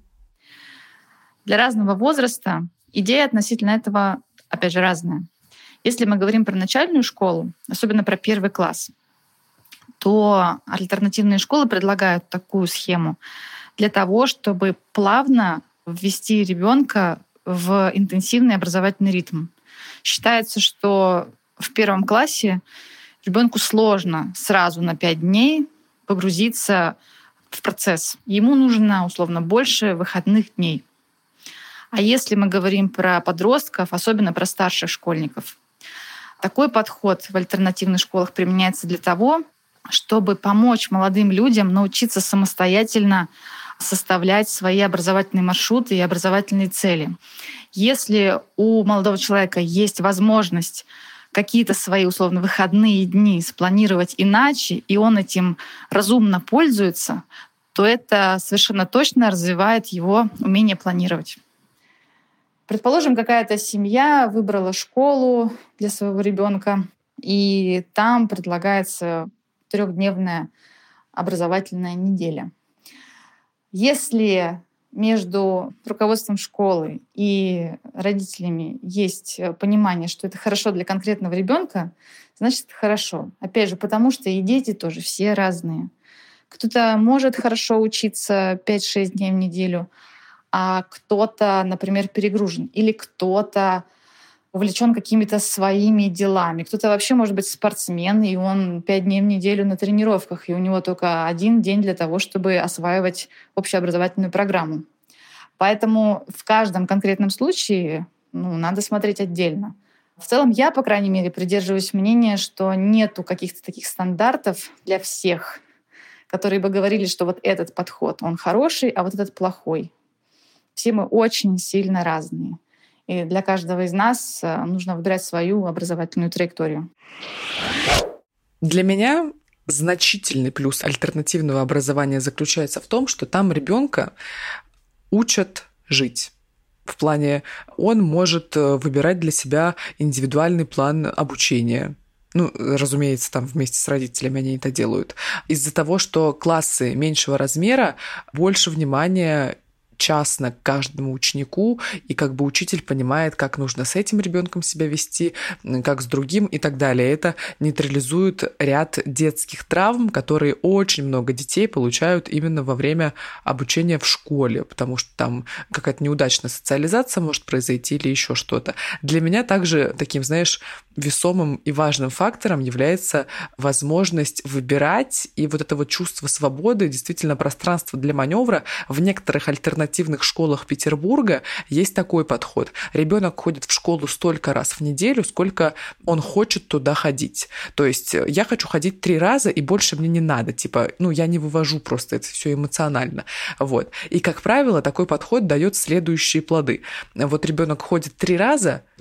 Для разного возраста идея относительно этого, опять же, разная. Если мы говорим про начальную школу, особенно про 1 класс, то альтернативные школы предлагают такую схему для того, чтобы плавно ввести ребенка в интенсивный образовательный ритм. Считается, что в 1 классе ребенку сложно сразу на 5 дней погрузиться в процесс. Ему нужно, условно, больше выходных дней. А если мы говорим про подростков, особенно про старших школьников, такой подход в альтернативных школах применяется для того, чтобы помочь молодым людям научиться самостоятельно составлять свои образовательные маршруты и образовательные цели. Если у молодого человека есть возможность какие-то свои, условно, выходные дни спланировать иначе, и он этим разумно пользуется, то это совершенно точно развивает его умение планировать. Предположим, какая-то семья выбрала школу для своего ребенка, и там предлагается 3-дневная образовательная неделя. Если между руководством школы и родителями есть понимание, что это хорошо для конкретного ребенка, значит, это хорошо. Опять же, потому что и дети тоже все разные. Кто-то может хорошо учиться 5-6 дней в неделю, а кто-то, например, перегружен, или кто-то увлечен какими-то своими делами. Кто-то вообще может быть спортсмен, и он 5 дней в неделю на тренировках, и у него только 1 день для того, чтобы осваивать общеобразовательную программу. Поэтому в каждом конкретном случае надо смотреть отдельно. В целом я, по крайней мере, придерживаюсь мнения, что нету каких-то таких стандартов для всех, которые бы говорили, что вот этот подход, он хороший, а вот этот плохой. Все мы очень сильно разные. И для каждого из нас нужно выбирать свою образовательную траекторию. Для меня значительный плюс альтернативного образования заключается в том, что там ребенка учат жить. В плане, он может выбирать для себя индивидуальный план обучения. Разумеется, там вместе с родителями они это делают. Из-за того, что классы меньшего размера, больше внимания частно к каждому ученику, и учитель понимает, как нужно с этим ребенком себя вести, как с другим и так далее. Это нейтрализует ряд детских травм, которые очень много детей получают именно во время обучения в школе, потому что там какая-то неудачная социализация может произойти или еще что-то. Для меня также таким, весомым и важным фактором является возможность выбирать, и вот это вот чувство свободы, действительно пространство для маневра. В некоторых альтернативных школах Петербурга есть такой подход. Ребенок ходит в школу столько раз в неделю, сколько он хочет туда ходить. То есть я хочу ходить 3 раза, и больше мне не надо. Я не вывожу просто это все эмоционально. И, как правило, такой подход дает следующие плоды. Вот ребенок ходит 3 раза,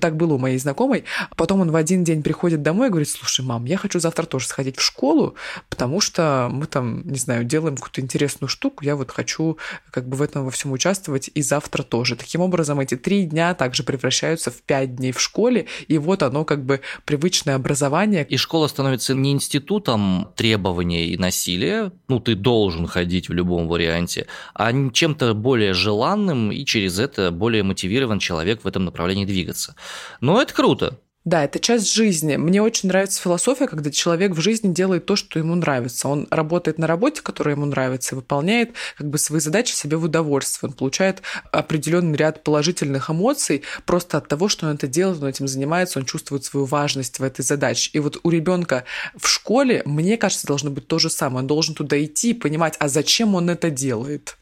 Так было у моей знакомой. Потом он в один день приходит домой и говорит: слушай, мам, я хочу завтра тоже сходить в школу, потому что мы там, не знаю, делаем какую-то интересную штуку, я вот хочу как бы в этом во всем участвовать и завтра тоже. Таким образом, эти 3 дня также превращаются в 5 дней в школе, и вот оно как бы привычное образование. И школа становится не институтом требований и насилия, ты должен ходить в любом варианте, а чем-то более желанным, и через это более мотивирован человек в этом направлении двигаться. Но это круто. Да, это часть жизни. Мне очень нравится философия, когда человек в жизни делает то, что ему нравится. Он работает на работе, которая ему нравится, и выполняет как бы свои задачи себе в удовольствие. Он получает определенный ряд положительных эмоций просто от того, что он это делает, он этим занимается, он чувствует свою важность в этой задаче. И вот у ребенка в школе, мне кажется, должно быть то же самое. Он должен туда идти и понимать, а зачем он это делает.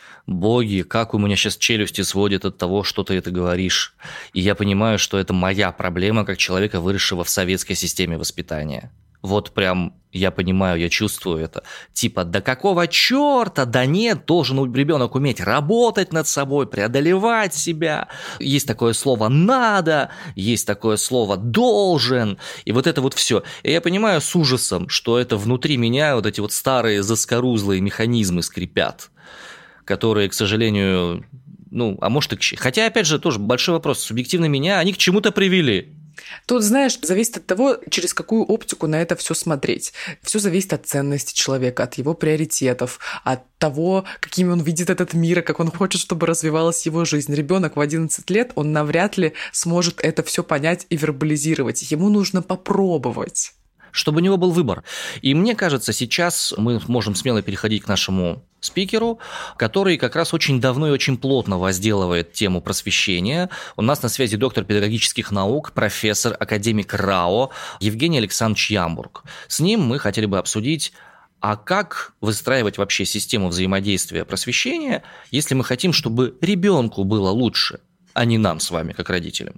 Боги, как у меня сейчас челюсти сводят от того, что ты это говоришь. И я понимаю, что это моя проблема как человека, выросшего в советской системе воспитания. Вот прям я понимаю, я чувствую это. Типа, да какого черта? Да нет, должен ребенок уметь работать над собой, преодолевать себя. Есть такое слово «надо», есть такое слово «должен». И вот это вот все. И я понимаю с ужасом, что это внутри меня вот эти вот старые заскорузлые механизмы скрипят, которые, к сожалению, а может и хотя, опять же, тоже большой вопрос. Субъективно меня, они к чему-то привели. Тут, знаешь, зависит от того, через какую оптику на это все смотреть. Все зависит от ценности человека, от его приоритетов, от того, какими он видит этот мир, и как он хочет, чтобы развивалась его жизнь. Ребенок в 11 лет, он навряд ли сможет это все понять и вербализировать. Ему нужно попробовать. Чтобы у него был выбор. И мне кажется, сейчас мы можем смело переходить к нашему спикеру, который как раз очень давно и очень плотно возделывает тему просвещения. У нас на связи доктор педагогических наук, профессор, академик РАО Евгений Александрович Ямбург. С ним мы хотели бы обсудить, а как выстраивать вообще систему взаимодействия просвещения, если мы хотим, чтобы ребенку было лучше, а не нам с вами, как родителям.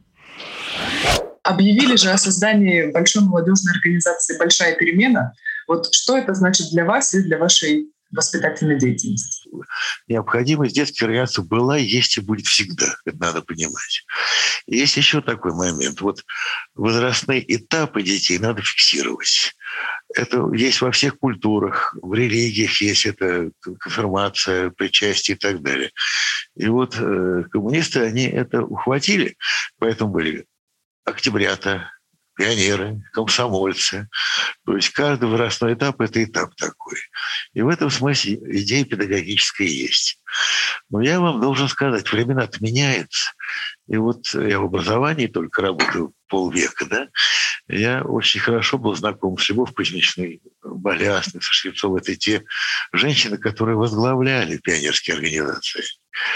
Объявили же о создании большой молодежной организации «Большая перемена». Вот что это значит для вас и для вашей воспитательной деятельности? Необходимость детской организации была, есть и будет всегда. Это надо понимать. И есть еще такой момент. Вот возрастные этапы детей надо фиксировать. Это есть во всех культурах, в религиях есть это конфирмация, причастие и так далее. И вот коммунисты, они это ухватили, поэтому были октябрята, пионеры, комсомольцы. То есть каждый возрастной этап – это этап такой. И в этом смысле идея педагогическая есть. Но я вам должен сказать, времена-то меняются. И вот я в образовании только работаю полвека, да. Я очень хорошо был знаком с Любовью Кузьмичной Болясной, со Швецовой. Это те женщины, которые возглавляли пионерские организации.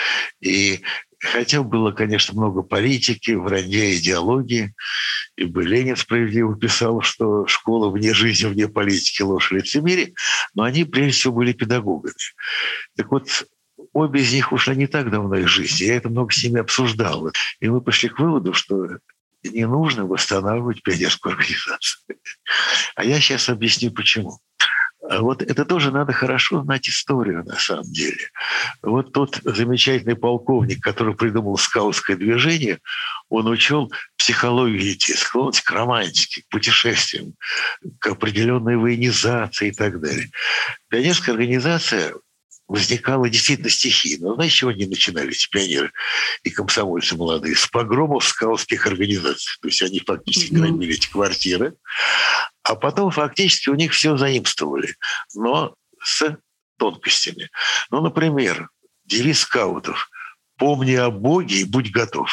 И хотя было, конечно, много политики, вранья, идеологии, ибо Ленин справедливо писал, что школа вне жизни, вне политики, ложь и лицемерие, но они, прежде всего, были педагогами. Так вот, обе из них ушли не так давно из жизни. Я это много с ними обсуждал. И мы пришли к выводу, что не нужно восстанавливать пионерскую организацию. А я сейчас объясню, почему. Вот это тоже надо хорошо знать историю на самом деле. Вот тот замечательный полковник, который придумал скаутское движение, он учел психологию детей, склонность к романтике, к путешествиям, к определенной военизации и так далее. Пионерская организация возникала действительно стихийно. Знаете, с чего они начинали, эти пионеры и комсомольцы молодые? С погромов скаутских организаций. То есть они фактически громили эти квартиры. А потом фактически у них все заимствовали, но с тонкостями. Например, девиз скаутов «Помни о Боге и будь готов».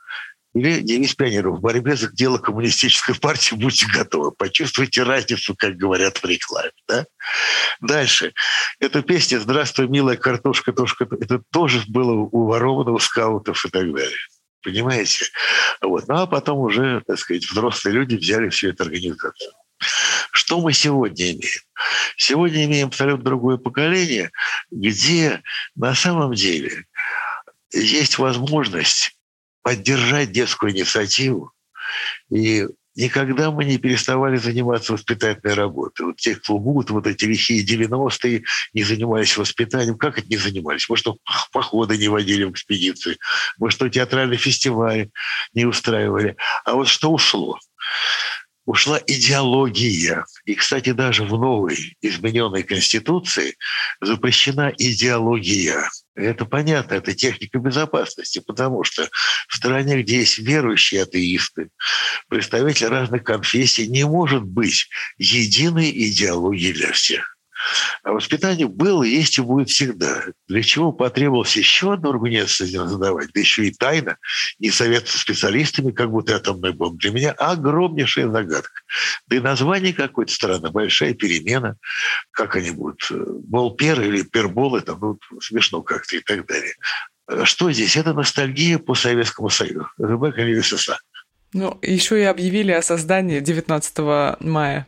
Или девиз пионеров «В борьбе за дело коммунистической партии будьте готовы». Почувствуйте разницу, как говорят в рекламе. Да? Дальше. Эта песня «Здравствуй, милая картошка, тошка» это тоже было уворовано у скаутов и так далее. Понимаете? Вот. А потом уже, так сказать, взрослые люди взяли всю эту организацию. Что мы сегодня имеем? Сегодня имеем абсолютно другое поколение, где на самом деле есть возможность поддержать детскую инициативу и никогда мы не переставали заниматься воспитательной работой. Вот те, кто будут вот эти лихие 90-е, не занимались воспитанием. Как это не занимались? Мы что, походы не водили в экспедиции? Мы что, театральные фестивали не устраивали? А вот что ушло? Ушла идеология. И, кстати, даже в новой измененной Конституции запрещена идеология. Это понятно, это техника безопасности, потому что в стране, где есть верующие атеисты, представители разных конфессий, не может быть единой идеологии для всех. А воспитание было, есть и будет всегда. Для чего потребовалось еще одну организацию создавать, да еще и тайно, не советоваться с специалистами, как будто атомная бомба. Для меня огромнейшая загадка. Да и название какой-то страны, большая перемена, как они будут, Болпер или Пербол, это смешно как-то и так далее. Что здесь? Это ностальгия по Советскому Союзу. СССР. Еще и объявили о создании 19 мая.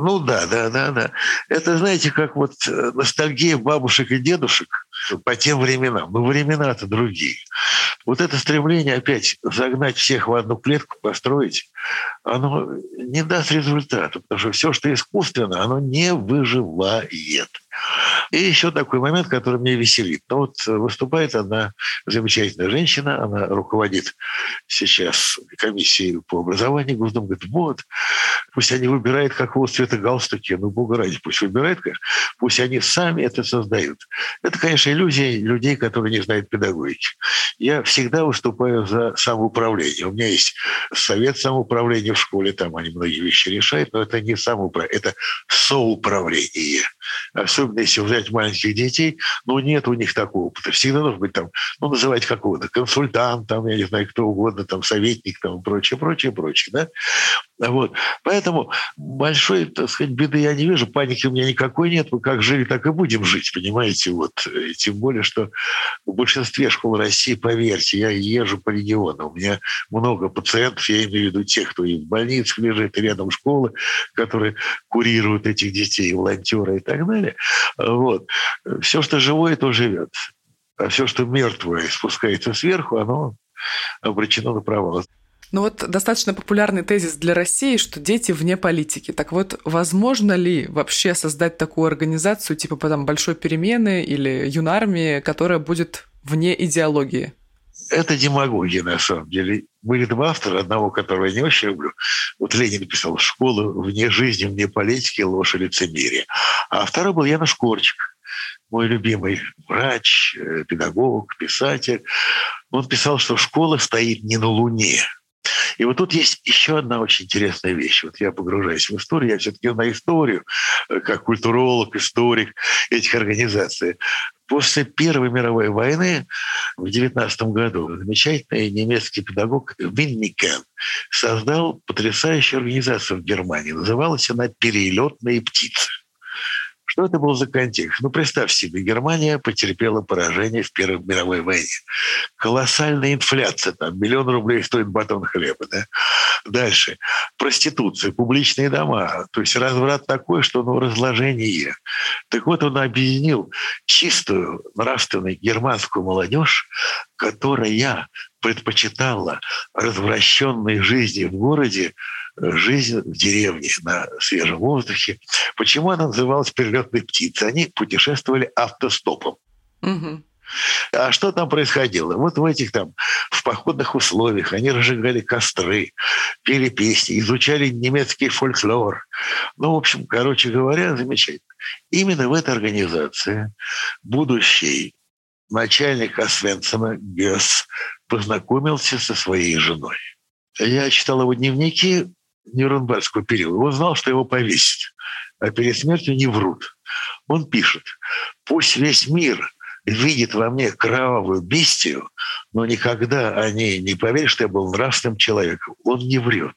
Да. Это, знаете, как вот ностальгия бабушек и дедушек по тем временам. Но времена-то другие. Вот это стремление опять загнать всех в одну клетку, построить, оно не даст результата, потому что все, что искусственно, оно не выживает. И еще такой момент, который меня веселит. Выступает одна замечательная женщина, она руководит сейчас комиссией по образованию, Госдума говорит, пусть они выбирают, какого цвета галстуки, Бога ради, пусть выбирают, конечно, пусть они сами это создают. Это, конечно, иллюзия людей, которые не знают педагогики. Я всегда выступаю за самоуправление. У меня есть совет самоуправления в школе, там они многие вещи решают, но это не самоуправление, это соуправление. Особенно если взять маленьких детей, нет у них такого опыта. Всегда должен быть называть какого-то консультант, я не знаю, кто угодно, советник, и прочее, да? Поэтому большой, так сказать, беды я не вижу, паники у меня никакой нет. Мы как жили, так и будем жить, понимаете? Тем более, что в большинстве школ России, поверьте, я езжу по регионам. У меня много пациентов, я имею в виду тех, кто и в больницах лежит, и рядом школы, которые курируют этих детей, волонтеры и так далее. Все, что живое, то живет. А все, что мертвое спускается сверху, оно обречено на провал. Достаточно популярный тезис для России, что дети вне политики. Так возможно ли вообще создать такую организацию, типа большой перемены или юнармии, которая будет вне идеологии? Это демагогия, на самом деле. Были два автора, одного, которого я не очень люблю. Ленин писал «Школа вне жизни, вне политики, ложь и лицемерие». А второй был Януш Корчик, мой любимый врач, педагог, писатель. Он писал, что школа стоит не на Луне. И тут есть еще одна очень интересная вещь. Я погружаюсь в историю, я все-таки на историю, как культуролог, историк этих организаций. После Первой мировой войны в 1919 году замечательный немецкий педагог Винникен создал потрясающую организацию в Германии. Называлась она «Перелетные птицы». Что это был за контекст? Представь себе, Германия потерпела поражение в Первой мировой войне. Колоссальная инфляция, 1 000 000 рублей стоит батон хлеба. Да? Дальше. Проституция, публичные дома. То есть разврат такой, что разложение. Так он объединил чистую, нравственную германскую молодежь, которая предпочитала развращенной жизни в городе жизнь в деревне на свежем воздухе. Почему она называлась «Перелетной птицей»? Они путешествовали автостопом. Угу. А что там происходило? В этих в походных условиях они разжигали костры, пели песни, изучали немецкий фольклор. Короче говоря, замечательно. Именно в этой организации будущий начальник Освенцима Гёс познакомился со своей женой. Я читал его дневники Нюрнбергского периода. Он знал, что его повесят, а перед смертью не врут. Он пишет: «Пусть весь мир видит во мне кровавую бестию, но никогда они не поверят, что я был нравственным человеком». Он не врет.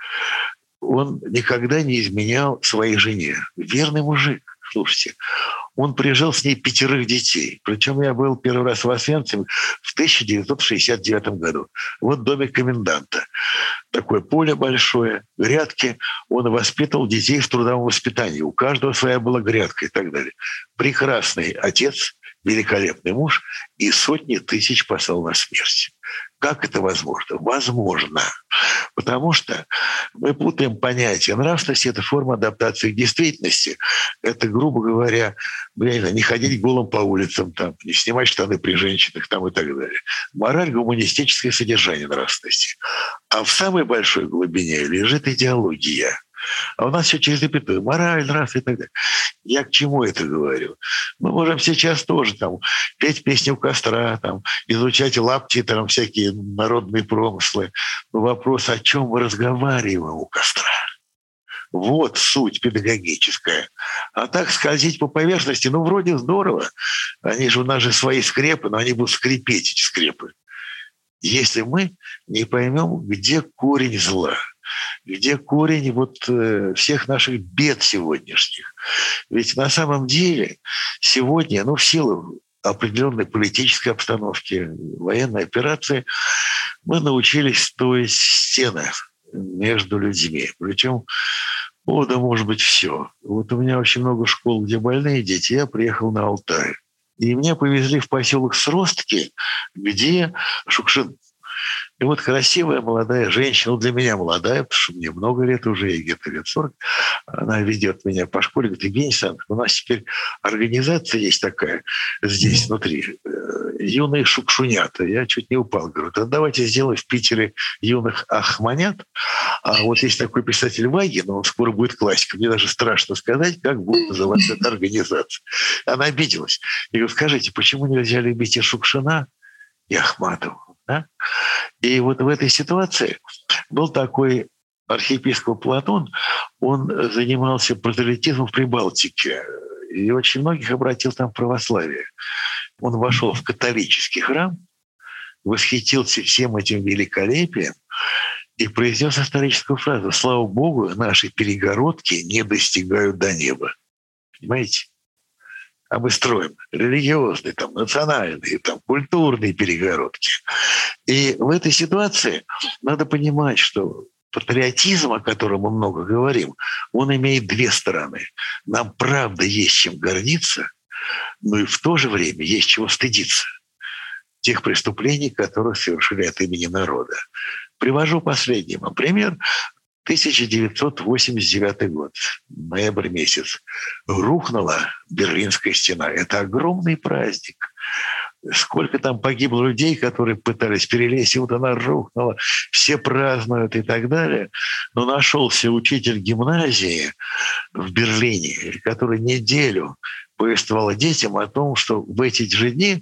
Он никогда не изменял своей жене. Верный мужик. Слушайте, он прижил с ней 5 детей. Причем я был первый раз в Освенциме в 1969 году. Домик коменданта. Такое поле большое, грядки. Он воспитывал детей в трудовом воспитании. У каждого своя была грядка и так далее. Прекрасный отец, великолепный муж и сотни тысяч послал на смерть. Как это возможно? Возможно. Потому что мы путаем понятие. Нравственность – это форма адаптации к действительности. Это, грубо говоря, я не знаю, не ходить голым по улицам, там, не снимать штаны при женщинах там, и так далее. Мораль – гуманистическое содержание нравственности. А в самой большой глубине лежит идеология. А у нас все через запятую. Мораль, нравственность и так далее. Я к чему это говорю? Мы можем сейчас тоже там, петь песни у костра, там, изучать лапти, там, всякие народные промыслы. Но вопрос, о чем мы разговариваем у костра. Вот суть педагогическая. А так скользить по поверхности, ну, вроде здорово. Они же у нас же свои скрепы, но они будут скрипеть, эти скрепы. Если мы не поймем, где корень зла, где корень вот всех наших бед сегодняшних. Ведь на самом деле сегодня, в силу определенной политической обстановки, военной операции, мы научились строить стены между людьми. Причем поводом может быть все. Вот у меня очень много школ, где больные дети. Я приехал на Алтай. И меня повезли в поселок Сростки, где Шукшин. И вот красивая молодая женщина, для меня молодая, потому что мне много лет уже, ей где-то лет 40, она ведет меня по школе, говорит: Евгений Александрович, у нас теперь организация есть такая здесь внутри, юные шукшунята. Я чуть не упал, говорю: да давайте сделаем в Питере юных ахманят. А вот есть такой писатель Вагин, он скоро будет классиком. Мне даже страшно сказать, как будет называться эта организация. Она обиделась. Я говорю: скажите, почему нельзя любить и Шукшина, и Ахматову? Да? И вот в этой ситуации был такой архиепископ Платон, он занимался прозелитизмом в Прибалтике и очень многих обратил там в православие. Он вошел в католический храм, восхитился всем этим великолепием и произнес историческую фразу: «Слава Богу, наши перегородки не достигают до неба». Понимаете? А мы строим религиозные, там, национальные, там, культурные перегородки. И в этой ситуации надо понимать, что патриотизм, о котором мы много говорим, он имеет две стороны. Нам правда есть чем гордиться, но и в то же время есть чего стыдиться. Тех преступлений, которые совершили от имени народа. Привожу последний вам пример. 1989 год, ноябрь месяц. Рухнула Берлинская стена. Это огромный праздник. Сколько там погибло людей, которые пытались перелезть, и вот она рухнула, все празднуют и так далее. Но нашелся учитель гимназии в Берлине, который неделю повествовал детям о том, что в эти же дни,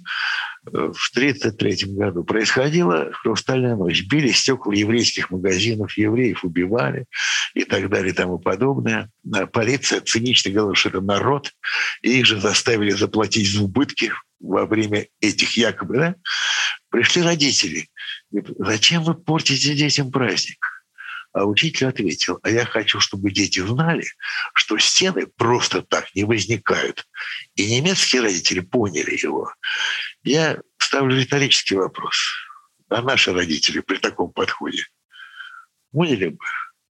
в 1933 году, происходила «Хрустальная ночь». Били стекла еврейских магазинов, евреев убивали и так далее и тому подобное. Полиция цинично говорила, что это народ, и их же заставили заплатить за убытки во время этих якобы. Да? Пришли родители. Говорят: зачем вы портите детям праздник? А учитель ответил: а я хочу, чтобы дети знали, что стены просто так не возникают. И немецкие родители поняли его. Я ставлю риторический вопрос. А наши родители при таком подходе поняли бы?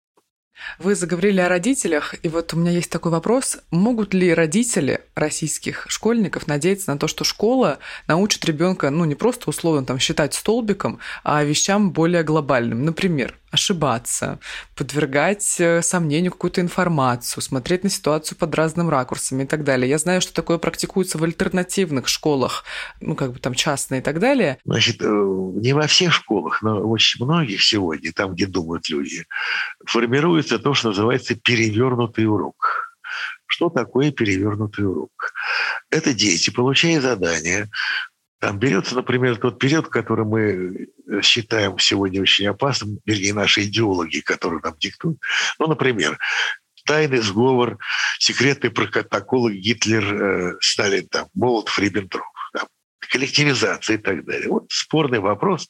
Вы заговорили о родителях, и вот у меня есть такой вопрос. Могут ли родители российских школьников надеяться на то, что школа научит ребенка, не просто условно там считать столбиком, а вещам более глобальным? Например, ошибаться, подвергать сомнению какую-то информацию, смотреть на ситуацию под разным ракурсом и так далее. Я знаю, что такое практикуется в альтернативных школах, там частные и так далее. Значит, не во всех школах, но очень многих сегодня, там, где думают люди, формируется то, что называется перевернутый урок. Что такое перевернутый урок? Это дети, получая задания. Там берется, например, тот период, который мы считаем сегодня очень опасным, вернее, наши идеологи, которые нам диктуют. Например, тайный сговор, секретные протоколы Гитлер, Сталин, Молотов, Риббентроп, коллективизация и так далее. Вот спорный вопрос.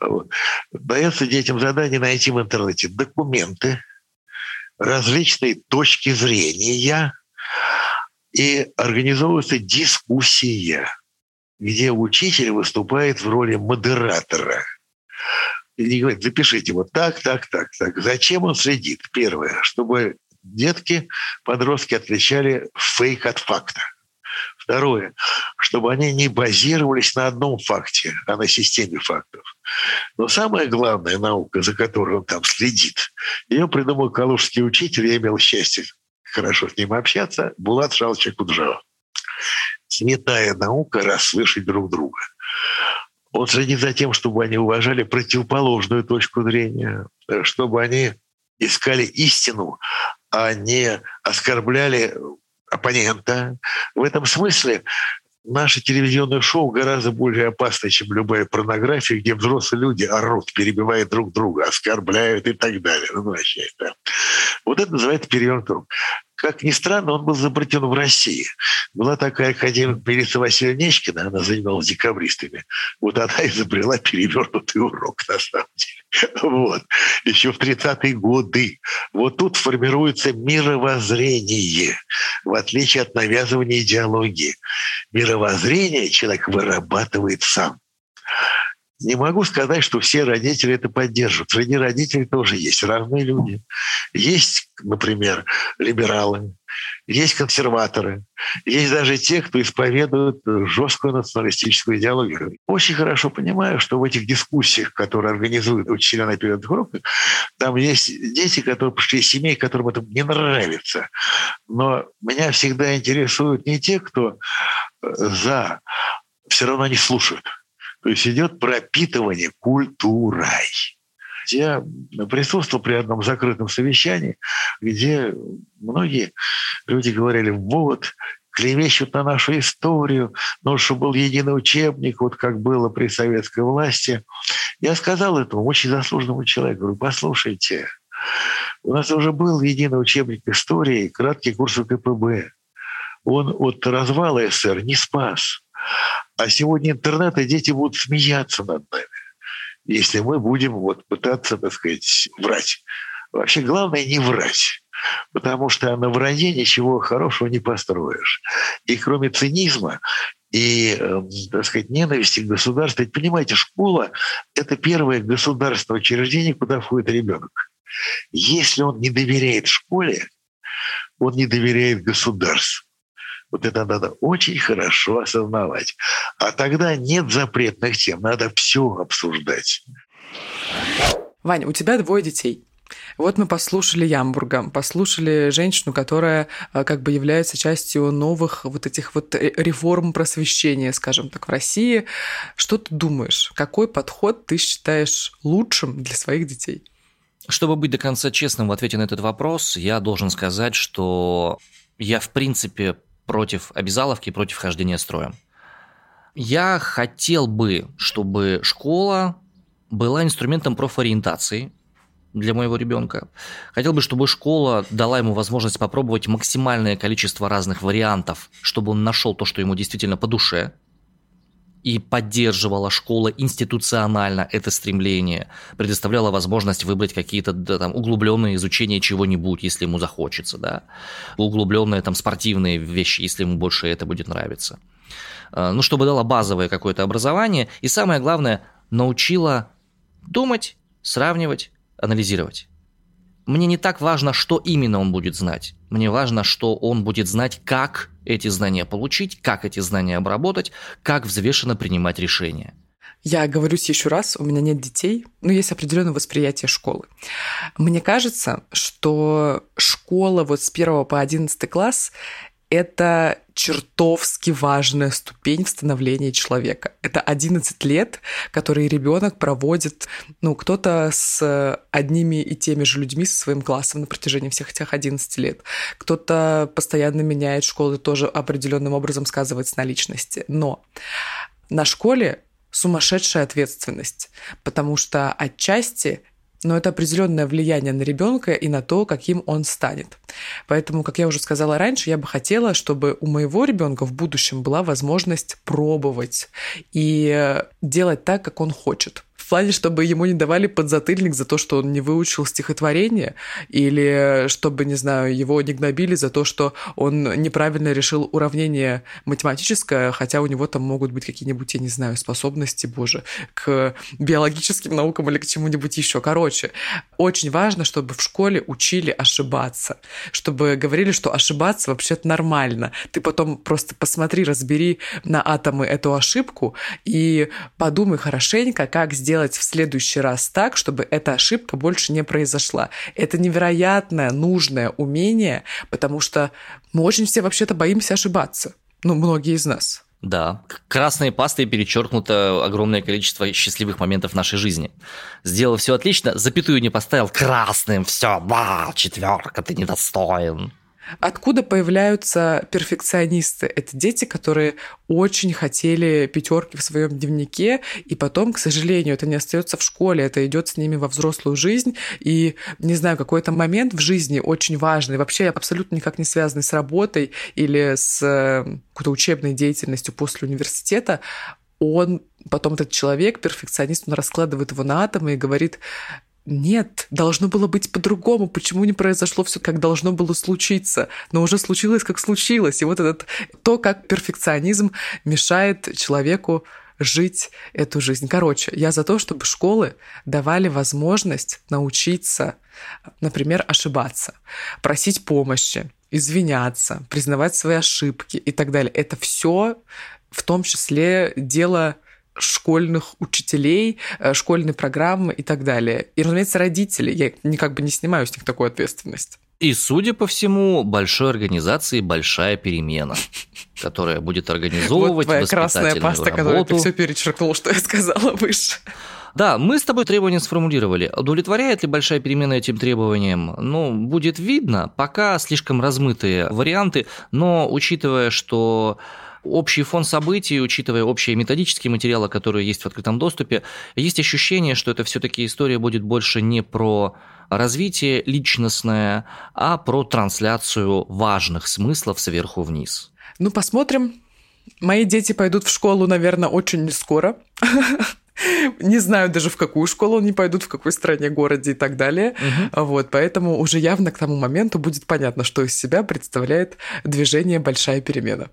Дается детям задание найти в интернете документы, различные точки зрения, и организовывается дискуссия, где учитель выступает в роли модератора. И говорит: запишите вот так. Зачем он следит? Первое, чтобы детки, подростки отличали фейк от факта. Второе, чтобы они не базировались на одном факте, а на системе фактов. Но самая главная наука, за которой он там следит, ее придумал калужский учитель, я имел счастье хорошо с ним общаться, Булат Шалович Акуджава. Святая наука — расслышать друг друга. Он следит за тем, чтобы они уважали противоположную точку зрения, чтобы они искали истину, а не оскорбляли оппонента. В этом смысле наше телевизионное шоу гораздо более опасно, чем любая порнография, где взрослые люди орут, перебивают друг друга, оскорбляют и так далее. Ну, вообще, да. Вот это называется перевернутый урок. Как ни странно, он был запретен в России. Была такая академик Мелисса Васильевна Нечкина, она занималась декабристами. Вот она изобрела перевернутый урок, на самом деле. Вот. Еще в 30-е годы. Вот тут формируется мировоззрение, в отличие от навязывания идеологии. Мировоззрение человек вырабатывает сам. Не могу сказать, что все родители это поддерживают. Среди родителей тоже есть разные люди. Есть, например, либералы, есть консерваторы, есть даже те, кто исповедует жесткую националистическую идеологию. Очень хорошо понимаю, что в этих дискуссиях, которые организуют учителя на периодных уроках, там есть дети, которые пришли из семей, которым это не нравится. Но меня всегда интересуют не те, кто за, все равно не слушают. То есть идет пропитывание культурой. Я присутствовал при одном закрытом совещании, где многие люди говорили: вот, клевещут на нашу историю, но чтобы был единый учебник, вот как было при советской власти. Я сказал этому очень заслуженному человеку, говорю: послушайте, у нас уже был единый учебник истории, краткий курс КПБ. Он от развала СССР не спас. А сегодня интернет, и дети будут смеяться над нами, если мы будем вот пытаться, так сказать, врать. Вообще главное не врать, потому что на вранье ничего хорошего не построишь. И кроме цинизма и, так сказать, ненависти к государству, ведь понимаете, школа – это первое государственное учреждение, куда входит ребенок. Если он не доверяет школе, он не доверяет государству. Вот это надо очень хорошо осознавать. А тогда нет запретных тем, надо все обсуждать. Вань, у тебя 2 детей. Вот мы послушали Ямбурга, послушали женщину, которая как бы является частью новых вот этих вот реформ просвещения, скажем так, в России. Что ты думаешь? Какой подход ты считаешь лучшим для своих детей? Чтобы быть до конца честным в ответе на этот вопрос, я должен сказать, что я, в принципе, против обязаловки, против хождения строем. Я хотел бы, чтобы школа была инструментом профориентации для моего ребенка. Хотел бы, чтобы школа дала ему возможность попробовать максимальное количество разных вариантов, чтобы он нашел то, что ему действительно по душе, и поддерживала школа институционально это стремление, предоставляла возможность выбрать какие-то там углубленные изучения чего-нибудь, если ему захочется, да, углубленные там спортивные вещи, если ему больше это будет нравиться. Ну, чтобы дала базовое какое-то образование, и самое главное, научила думать, сравнивать, анализировать. Мне не так важно, что именно он будет знать. Мне важно, что он будет знать, как эти знания получить, как эти знания обработать, как взвешенно принимать решения. Я оговорюсь еще раз, у меня нет детей, но есть определенное восприятие школы. Мне кажется, что школа вот с 1 по 11 класс – это чертовски важная ступень в становлении человека. Это 11 лет, которые ребенок проводит, кто-то с одними и теми же людьми, со своим классом на протяжении всех этих 11 лет. Кто-то постоянно меняет школу, тоже определенным образом сказывается на личности. Но на школе сумасшедшая ответственность, потому что отчасти это определенное влияние на ребенка и на то, каким он станет. Поэтому, как я уже сказала раньше, я бы хотела, чтобы у моего ребенка в будущем была возможность пробовать и делать так, как он хочет. В плане, чтобы ему не давали подзатыльник за то, что он не выучил стихотворение, или чтобы, не знаю, его не гнобили за то, что он неправильно решил уравнение математическое, хотя у него там могут быть какие-нибудь, я не знаю, способности, к биологическим наукам или к чему-нибудь еще. Короче, очень важно, чтобы в школе учили ошибаться, чтобы говорили, что ошибаться вообще-то нормально. Ты потом просто посмотри, разбери на атомы эту ошибку и подумай хорошенько, как сделать сделать в следующий раз так, чтобы эта ошибка больше не произошла. Это невероятно нужное умение, потому что мы очень все вообще-то боимся ошибаться. Многие из нас. Да, красной пастой перечеркнуто огромное количество счастливых моментов в нашей жизни. Сделал все отлично, запятую не поставил, красным, все, 4, ты недостоин. Откуда появляются перфекционисты? Это дети, которые очень хотели 5 в своем дневнике, и потом, к сожалению, это не остается в школе, это идет с ними во взрослую жизнь, и, не знаю, какой-то момент в жизни очень важный, вообще абсолютно никак не связанный с работой или с какой-то учебной деятельностью после университета, потом этот человек, перфекционист, он раскладывает его на атомы и говорит: нет, должно было быть по-другому. Почему не произошло все, как должно было случиться? Но уже случилось, как случилось. И вот то, как перфекционизм мешает человеку жить эту жизнь. Короче, я за то, чтобы школы давали возможность научиться, например, ошибаться, просить помощи, извиняться, признавать свои ошибки и так далее. Это все в том числе дело школьных учителей, школьной программы и так далее. И, разумеется, родители. Я никак бы не снимаю с них такую ответственность. И, судя по всему, большой организации большая перемена, которая будет организовывать вот твоя воспитательную красная паста, работу. которую ты все перечеркнул, что я сказала выше. Да, мы с тобой требования сформулировали. Удовлетворяет ли большая перемена этим требованиям? Будет видно. Пока слишком размытые варианты, но учитывая, что общий фон событий, учитывая общие методические материалы, которые есть в открытом доступе, есть ощущение, что это все-таки история будет больше не про развитие личностное, а про трансляцию важных смыслов сверху вниз. Посмотрим. Мои дети пойдут в школу, наверное, очень скоро. Не знаю даже, в какую школу они пойдут, в какой стране, городе и так далее. Поэтому уже явно к тому моменту будет понятно, что из себя представляет движение «Большая перемена».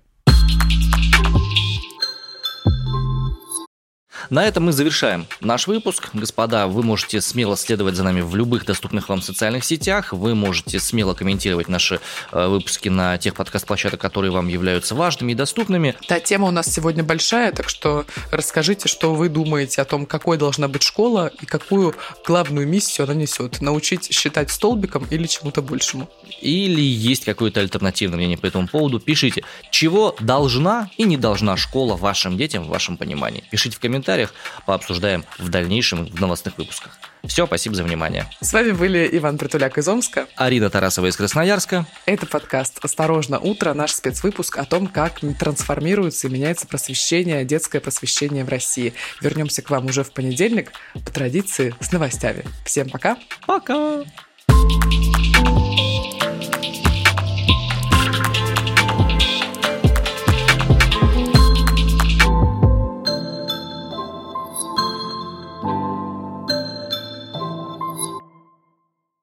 На этом мы завершаем наш выпуск. Господа, вы можете смело следовать за нами в любых доступных вам социальных сетях. Вы можете смело комментировать наши выпуски на тех подкаст-площадках, которые вам являются важными и доступными. Да, тема у нас сегодня большая, так что расскажите, что вы думаете о том, какой должна быть школа и какую главную миссию она несет. Научить считать столбиком или чему-то большему. Или есть какое-то альтернативное мнение по этому поводу. Пишите, чего должна и не должна школа вашим детям в вашем понимании. Пишите в комментариях, пообсуждаем в дальнейшем в новостных выпусках. Все, спасибо за внимание. С вами были Иван Притуляк из Омска, Арина Тарасова из Красноярска. Это подкаст «Осторожно, утро», наш спецвыпуск о том, как трансформируется и меняется просвещение, детское просвещение в России. Вернемся к вам уже в понедельник, по традиции, с новостями. Всем пока. Пока.